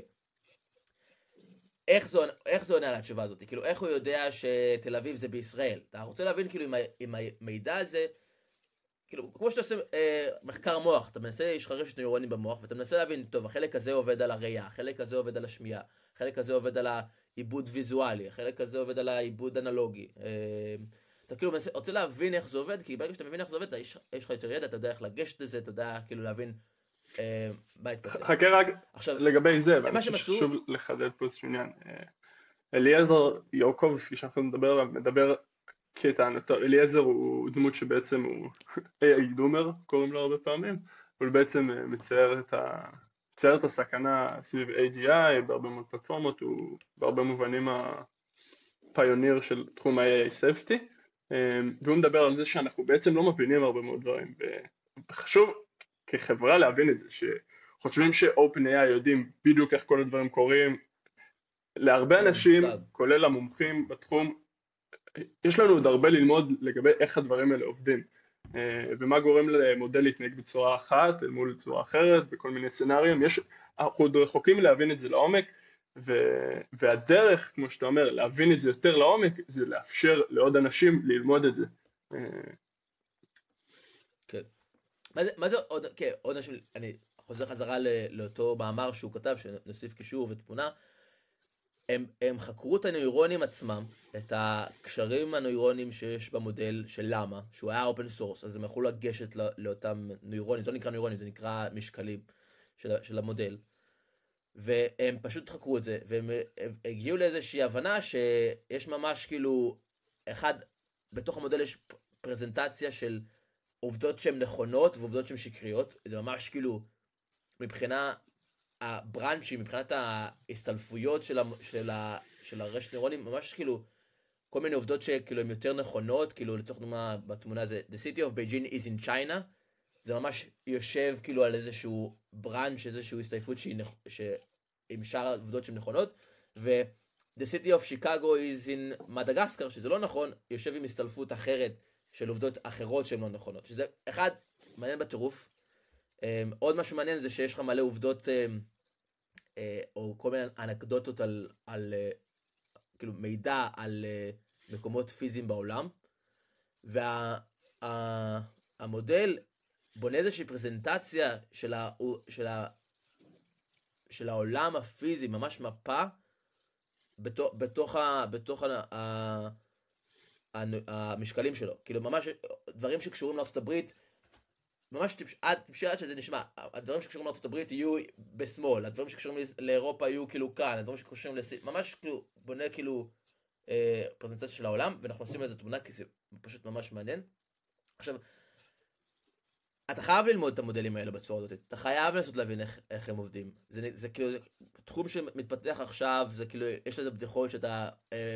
איך זה עונה על התשובה הזאת? כאילו איך הוא יודע שתל אביב זה בישראל? אתה רוצה להבין כאילו אם המידע הזה, כאילו כמו שאתה עושה מחקר מוח, אתה מנסה, יש לך רשת נוירונים במוח, ואתה מנסה להבין, טוב, החלק הזה עובד על הראייה, החלק הזה עובד על השמיעה, החלק הזה עובד על העיבוד ויזואלי, החלק הזה עובד על העיבוד אנלוגי. אתה כאילו רוצה להבין איך זה עובד, כי ברגע שאתה מבין איך זה עובד, יש לך יותר ידע, אתה יודע איך לגשת לזה, אתה יודע כאילו להבין מה התפתח. חכה רק לגבי זה, ואני חשוב לחדד פה איזשהו עניין. אליעזר יעקובסקי, שאנחנו מדבר כטענתו, אליעזר הוא דמות שבעצם הוא AI דומר, קוראים לו הרבה פעמים, הוא בעצם מצייר את הסכנה סביב AGI בהרבה מאוד פלטפורמות, הוא בהרבה מובנים הפיוניר של תחום ה-AI safety, והוא מדבר על זה שאנחנו בעצם לא מבינים הרבה מאוד דברים, וחשוב כחברה להבין את זה, שחושבים ש-OpenAI יודעים בדיוק איך כל הדברים קורים, להרבה אנשים, כולל המומחים בתחום, יש לנו עוד הרבה ללמוד לגבי איך הדברים האלה עובדים, ומה גורם למודל להתנהג בצורה אחת, אל מול צורה אחרת, בכל מיני סצנריונים, אנחנו עוד רחוקים להבין את זה לעומק, והדרך, כמו שאתה אומר, להבין את זה יותר לעומק, זה לאפשר לעוד אנשים ללמוד את זה. כן. מה זה עוד, כן, עוד אנשים, אני חוזר חזרה לאותו מאמר שהוא כתב, שנוסיף קישור ותמונה, הם חקרו את הנוירונים עצמם, את הקשרים הנוירונים שיש במודל של למה, שהוא היה אופן סורס, אז הם יכולו לגשת לאותם נוירונים, זה לא נקרא נוירונים, זה נקרא משקלים של המודל, והם פשוט חקרו את זה, והם הגיעו לאיזושהי הבנה שיש ממש כאילו, בתוך המודל יש פרזנטציה של עובדות שהן נכונות ועובדות שהן שקריות, זה ממש כאילו, מבחינה הברנצ'ים, מבחינת ההסתלפויות של הרשת נוירונים, ממש כאילו, כל מיני עובדות שכאילו הן יותר נכונות, כאילו לצורך דוגמה בתמונה זה, The city of Beijing is in China, זה ממש יושב כאילו על איזשהו ברנץ', איזשהו הסתלפות עם שאר העובדות שהן נכונות, The city of Chicago is in Madagascar, שזה לא נכון, יושב עם הסתלפות אחרת של עובדות אחרות שהן לא נכונות, שזה אחד, מעניין בטירוף. עוד משהו מעניין זה שיש לך מלא עובדות או כל מיני אנקדוטות על כאילו מידע על מקומות פיזיים בעולם, והמודל בונה איזושהי פרזנטציה של העולם הפיזי, ממש מפה בתוך המשקלים שלו, כאילו ממש דברים שקשורים לארצות הברית, ממש עד שזה נשמע, הדברים שקשורים לארצות הברית יהיו בשמאל, הדברים שקשורים לאירופה יהיו כאילו כאן, הדברים שקשורים ממש כאילו בונה כאילו פרזנטציה של העולם, ואנחנו עושים איזה תמונה כי זה פשוט ממש מעניין. עכשיו, אתה חייב ללמוד את המודלים האלה בצורה הזאת, אתה חייב לנסות להבין איך הם עובדים, זה כאילו תחום שמתפתח עכשיו, זה כאילו יש לזה בדיחות שאתה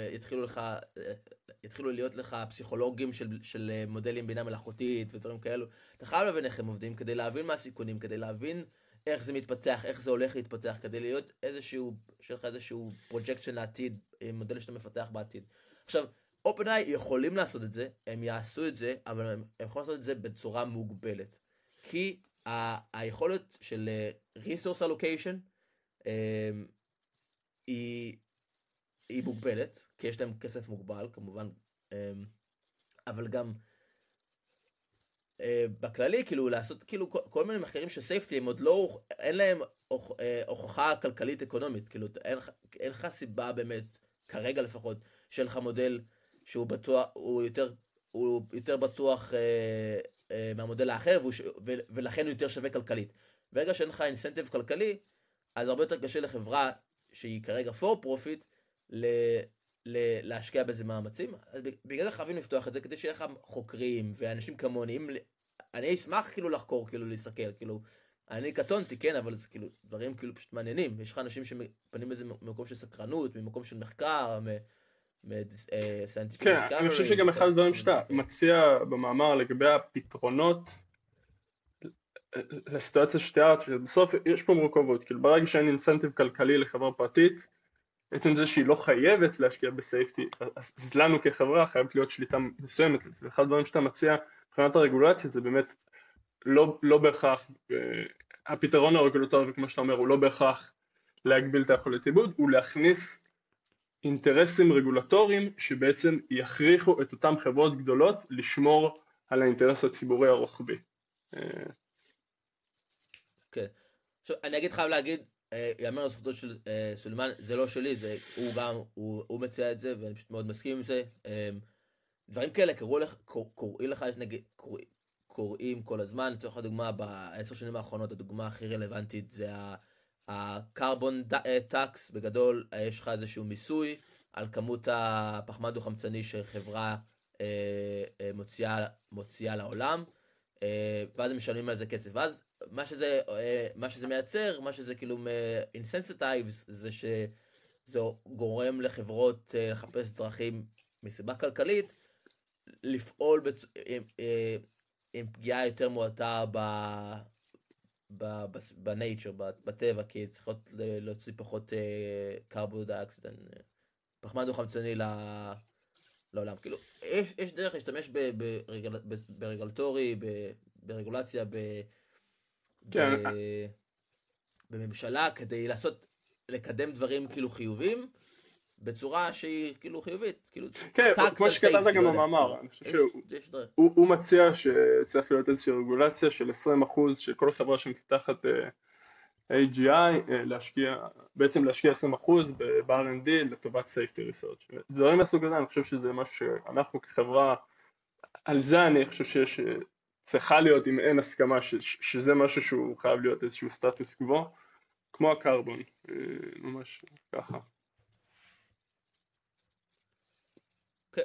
יתחילו להיות לך פסיכולוגים של מודלים בינה מלאכותית ודברים כאלו, אתה חייב להבין איך הם עובדים כדי להבין מה הסיכונים, כדי להבין איך זה מתפתח, איך זה הולך להתפתח, כדי להיות שיהיה לך איזשהו פרוג'קשן לעתיד, מודל שאתה מפתח בעתיד. עכשיו, OpenAI יכולים לעשות את זה, הם יעשו את זה, אבל הם יכולים לעשות את זה בצורה מוגבלת. כי היכולת של resource allocation היא מוגבלת, כי יש להם כסף מוגבל, כמובן, אבל גם בכללי, כאילו, לעשות כאילו כל מיני מחקרים של safety, הם עוד לא, אין להם הוכחה כלכלית אקונומית, כאילו, אין לך סיבה באמת, כרגע לפחות, שיהיה לך מודל שהוא בטוח, הוא יותר בטוח מהמודל האחר, ולכן הוא יותר שווה כלכלית. ברגע שאין לך אינסנטיב כלכלי, אז הרבה יותר קשה לחברה שהיא כרגע for profit, להשקיע בזה מאמצים. אז בגלל זה חייבים לפתוח את זה, כדי שיהיה לך חוקרים ואנשים כמוני. אני אשמח כאילו לחקור, כאילו להסתכל, כאילו, אני קטונתי, כן, אבל זה כאילו דברים כאילו פשוט מעניינים. יש לך אנשים שפנים בזה ממקום של סקרנות, ממקום של מחקר, כן, אני חושב שגם אחד הדברים שאתה מציע במאמר לגבי הפתרונות לסיטואציה שתיארת, שבסוף יש פה מורכבות, כאילו ברגע שאין אינסנטיב כלכלי לחברה פרטית, עצם זה שהיא לא חייבת להשקיע בסייפטי, אז לנו כחברה חייבת להיות שליטה מסוימת. אחד הדברים שאתה מציע מבחינת הרגולציה זה באמת לא בהכרח, הפתרון הרגולטורי, כמו שאתה אומר, הוא לא בהכרח להגביל את היכולת עיבוד, הוא להכניס אינטרסים רגולטוריים שבעצם יכריחו את אותם חברות גדולות לשמור על האינטרס הציבורי הרוחבי. כן. עכשיו, אני חייב להגיד, יאמר לזכותו של סולימאן, זה לא שלי, הוא מציע את זה, ואני פשוט מאוד מסכים עם זה. דברים כאלה קוראים כל הזמן. לצורך הדוגמה, ב10 שנים האחרונות, הדוגמה הכי רלוונטית זה הקרבון טקס. בגדול, יש לך איזשהו מיסוי על כמות הפחמן דו-חמצני שחברה מוציאה לעולם, ואז הם משלמים על זה כסף. ואז מה שזה מייצר, מה שזה כאילו אינסנסיטייבס, זה שזה גורם לחברות לחפש דרכים מסיבה כלכלית, לפעול עם פגיעה יותר מועטה בנייצ'ר, בטבע, כי צריכות להוציא פחות קרבון דיאוקסיד, פחמן דו-חמצני לעולם. כאילו, יש דרך להשתמש ברגולטורי, ברגולציה, בממשלה, כדי לקדם דברים כאילו חיוביים, בצורה שהיא כאילו חיובית. כן, כמו שכתבת גם במאמר, אני חושב שהוא מציע שצריך להיות איזושהי רגולציה של 20% של כל חברה שמפתחת AGI, בעצם להשקיע 20% ב-R&D לטובת safety research. דברים מהסוג הזה, אני חושב שזה משהו שאנחנו כחברה, על זה אני חושב צריכה להיות, אם אין הסכמה, שזה משהו שהוא חייב להיות איזשהו סטטוס קוו, כמו הקרבון, ממש ככה. כן,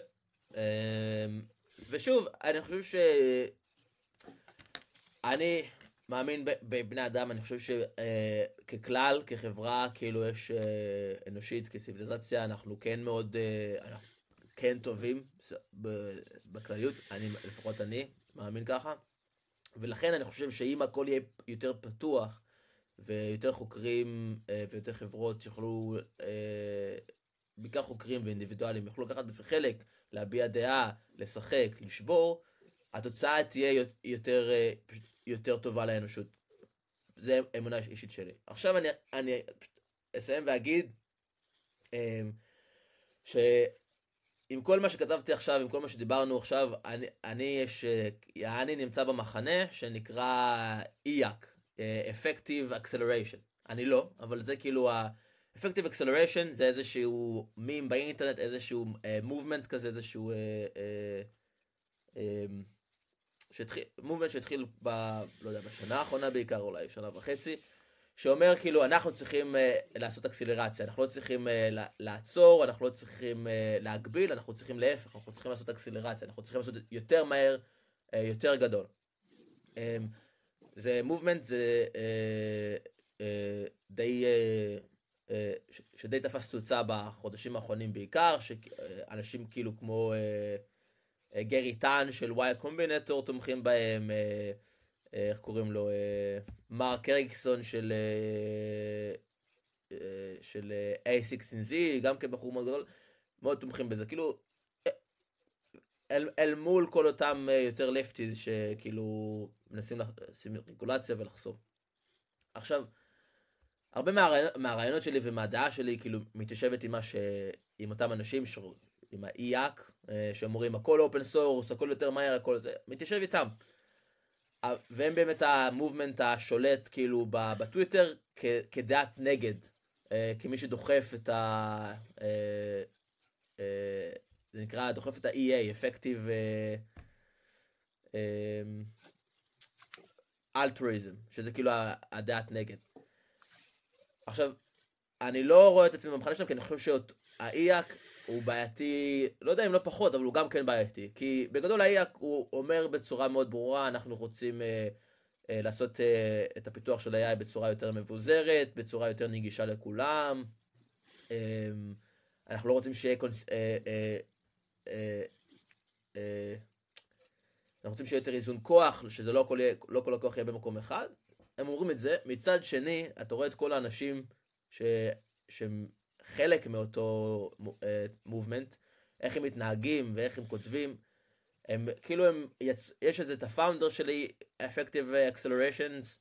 ושוב, אני חושב אני מאמין בבני אדם. אני חושב שככלל, כחברה, כאילו יש אנושית, כסיביליזציה, אנחנו כן מאוד, אנחנו כן טובים בכלליות, לפחות אני מאמין ככה, ולכן אני חושב שאם הכל יהיה יותר פתוח, ויותר חוקרים ויותר חברות יוכלו, בעיקר חוקרים ואינדיבידואלים, יוכלו לקחת בזה חלק, להביע דעה, לשחק, לשבור, התוצאה תהיה יותר טובה לאנושות. זה אמונה אישית שלי. עכשיו אני אסיים ואגיד שעם כל מה שכתבתי עכשיו, עם כל מה שדיברנו עכשיו, אני נמצא במחנה שנקרא EAC, Effective Acceleration. אני לא, אבל זה כאילו Effective Acceleration זה איזשהו מים באינטרנט, איזשהו movement כזה, איזשהו movement שהתחיל לא יודע, בשנה האחרונה בעיקר, אולי שנה וחצי, שאומר כאילו אנחנו צריכים לעשות אקסלרציה, אנחנו לא צריכים לעצור, אנחנו לא צריכים להגביל, אנחנו צריכים להפך, אנחנו צריכים לעשות אקסלרציה, אנחנו צריכים לעשות יותר מהר, יותר גדול. זה מובמנט, זה שדי תפס תוצאה בחודשים האחרונים בעיקר, שאנשים כאילו כמו גרי טאן של Y Combinator תומכים בהם, איך קוראים לו, מרק אריקסון של A16Z, גם כבחור מאוד גדול, מאוד תומכים בזה. כאילו, אל מול כל אותם יותר לפטיז שכאילו מנסים לשים רגולציה ולחסום. עכשיו, הרבה מהרעיונות שלי ומהדעה שלי כאילו מתיישבת עם אותם אנשים, עם ה-EAC, שאומרים הכל אופן סורס, הכל יותר מהר, הכל זה, מתיישב איתם. והם באמת המובמנט השולט כאילו בטוויטר כדעת נגד, כמי שדוחף את זה נקרא, דוחף את ה-EA, Effective Altruism, שזה כאילו הדעת נגד. עכשיו, אני לא רואה את עצמי במחנה שלהם, כי אני חושב שה-EAC הוא בעייתי, לא יודע אם לא פחות, אבל הוא גם כן בעייתי. כי בגדול ה-EAC הוא אומר בצורה מאוד ברורה, אנחנו רוצים לעשות את הפיתוח של ה-AI בצורה יותר מבוזרת, בצורה יותר נגישה לכולם. אנחנו לא רוצים שיהיה אנחנו רוצים שיהיה יותר איזון כוח, שזה לא כל הכוח יהיה במקום אחד. הם אומרים את זה. מצד שני, אתה רואה את כל האנשים שהם חלק מאותו מובמנט, איך הם מתנהגים ואיך הם כותבים, כאילו יש איזה את הפאונדר שלי, Effective Accelerations,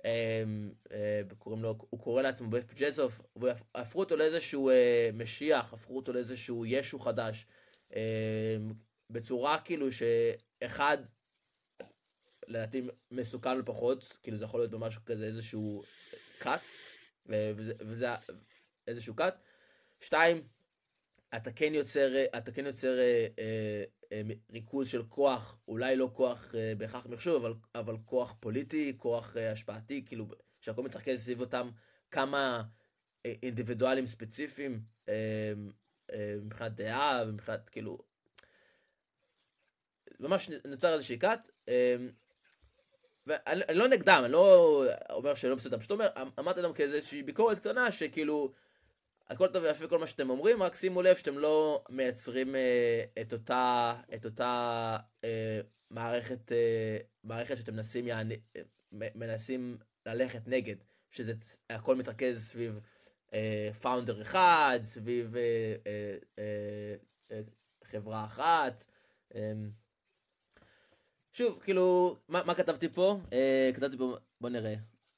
הוא קורא לעצמו בף ג'זוף, והפכו אותו לאיזשהו משיח, הפכו אותו לאיזשהו ישו חדש, בצורה כאילו שאחד, לדעתי מסוכן לפחות, כאילו זה יכול להיות במשהו כזה איזשהו קאט, וזה איזשהו קאט. 2, אתה כן יוצר ריכוז של כוח, אולי לא כוח בהכרח מחשוב, אבל כוח פוליטי, כוח השפעתי, כאילו שהכל מתרכז סביב אותם כמה אינדיבידואלים ספציפיים, מבחינת דעה, ומבחינת כאילו, ממש נוצר איזושהי קאט, ואני לא נגדם, אני לא אומר שלא בסדר, פשוט אומר, אמרתי להם כאיזושהי ביקורת קטנה, שכאילו, הכל טוב ויפה כל מה שאתם אומרים, רק שימו לב שאתם לא מייצרים את אותה מערכת שאתם מנסים ללכת נגד, שזה הכל מתרכז סביב פאונדר אחד, סביב חברה אחת. שוב, כאילו, מה כתבתי פה? כתבתי פה, בוא נראה.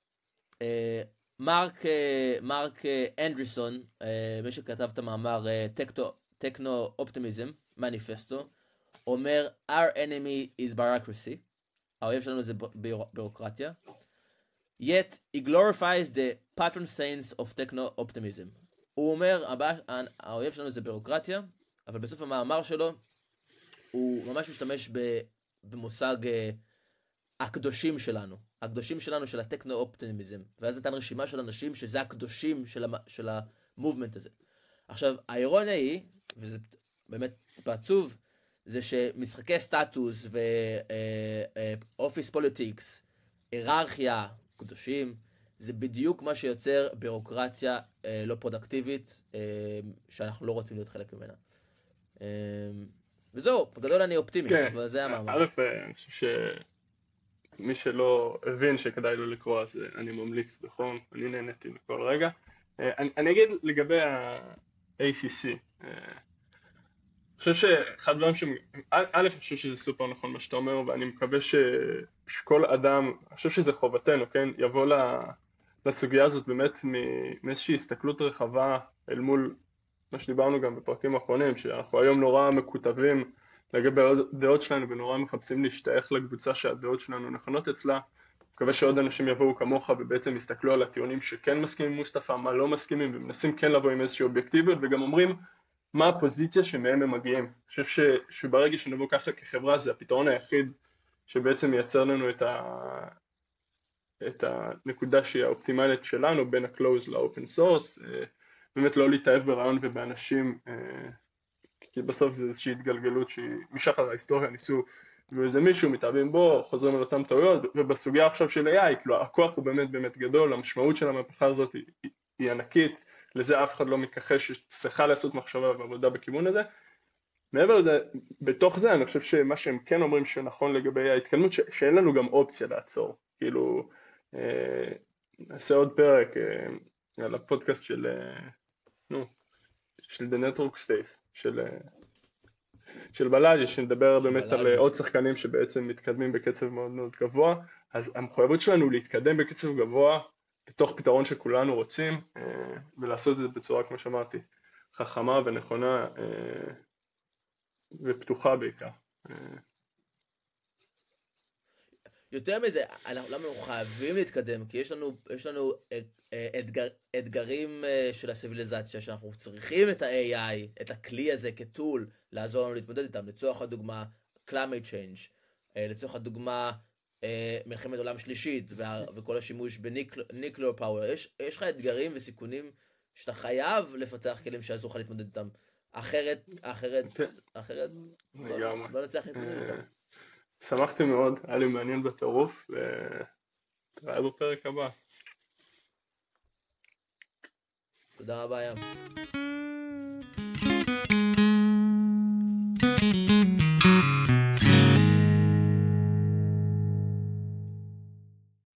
מרק אנדריסון, מי שכתב את המאמר טכנו אופטימיזם, מניפסטו, אומר, our enemy is bureaucracy, האויב שלנו זה בירוקרטיה, yet he glorifies the patron saints of techno optimism. הוא אומר, האויב שלנו זה בירוקרטיה, אבל בסוף המאמר שלו, הוא ממש משתמש במושג הקדושים שלנו של הטכנו-אופטימיזם, ואז נתן רשימה של אנשים שזה הקדושים של המובמנט הזה. עכשיו, האירוניה היא, וזה באמת בעצוב, זה שמשחקי סטטוס ואופיס פוליטיקס, היררכיה, קדושים, זה בדיוק מה שיוצר בירוקרטיה לא פרודקטיבית, שאנחנו לא רוצים להיות חלק ממנה. וזהו, בגדול אני אופטימי, אבל זה המאמר. א', אני חושב שמי שלא הבין שכדאי לו לקרוא, אז אני ממליץ בחום, אני נהניתי לכל רגע. אני אגיד לגבי ה-ACC, אני חושב שאחד הדברים אני חושב שזה סופר נכון מה שאתה אומר, ואני מקווה שכל אדם, אני חושב שזה חובתנו, כן, יבוא לסוגיה הזאת באמת מאיזושהי הסתכלות רחבה אל מול מה שדיברנו גם בפרקים האחרונים, שאנחנו היום נורא מקוטבים לגבי הדעות שלנו ונורא מחפשים להשתייך לקבוצה שהדעות שלנו נכונות אצלה. מקווה שעוד אנשים יבואו כמוך ובעצם יסתכלו על הטיעונים שכן מסכימים עם מוסטפא, מה לא מסכימים, ומנסים כן לבוא עם איזושהי אובייקטיביות, וגם אומרים מה הפוזיציה שמהם הם מגיעים. אני חושב שברגע שנבוא ככה כחברה זה הפתרון היחיד שבעצם מייצר לנו את הנקודה שהיא האופטימלית שלנו בין ה-close ל-open source, באמת לא להתאהב ברעיון ובאנשים, כי בסוף זה איזושהי התגלגלות שהיא משחר ההיסטוריה, ניסו ואיזה מישהו מתאהבים בו, חוזרים על אותם טעויות, ובסוגיה עכשיו של AI, כאילו הכוח הוא באמת באמת גדול, המשמעות של המהפכה הזאת היא ענקית, לזה אף אחד לא מתכחש, שצריכה לעשות מחשבה ועבודה בכיוון הזה. מעבר לזה, בתוך זה אני חושב שמה שהם כן אומרים שנכון לגבי ההתקדמות, שאין לנו גם אופציה לעצור, כאילו נעשה עוד פרק על הפודקאסט של The Network States, של בלאג'י, שנדבר באמת על עוד שחקנים שבעצם מתקדמים בקצב מאוד מאוד גבוה, אז המחויבות שלנו להתקדם בקצב גבוה, בתוך פתרון שכולנו רוצים, ולעשות את זה בצורה, כמו שאמרתי, חכמה ונכונה, ופתוחה בעיקר. יותר מזה, אנחנו חייבים להתקדם, כי יש לנו אתגרים של הסיביליזציה, שאנחנו צריכים את ה-AI, את הכלי הזה כטול, לעזור לנו להתמודד איתם. לצורך הדוגמה, climate change, לצורך הדוגמה, מלחמת עולם שלישית, וכל השימוש בניקלר פאוור. יש לך אתגרים וסיכונים שאתה חייב לפתח כלים שיעזרו לך להתמודד איתם. אחרת, לא נצליח להתמודד איתם. שמחתי מאוד, היה לי מעניין בטירוף, ותראה בפרק הבא. תודה רבה ים.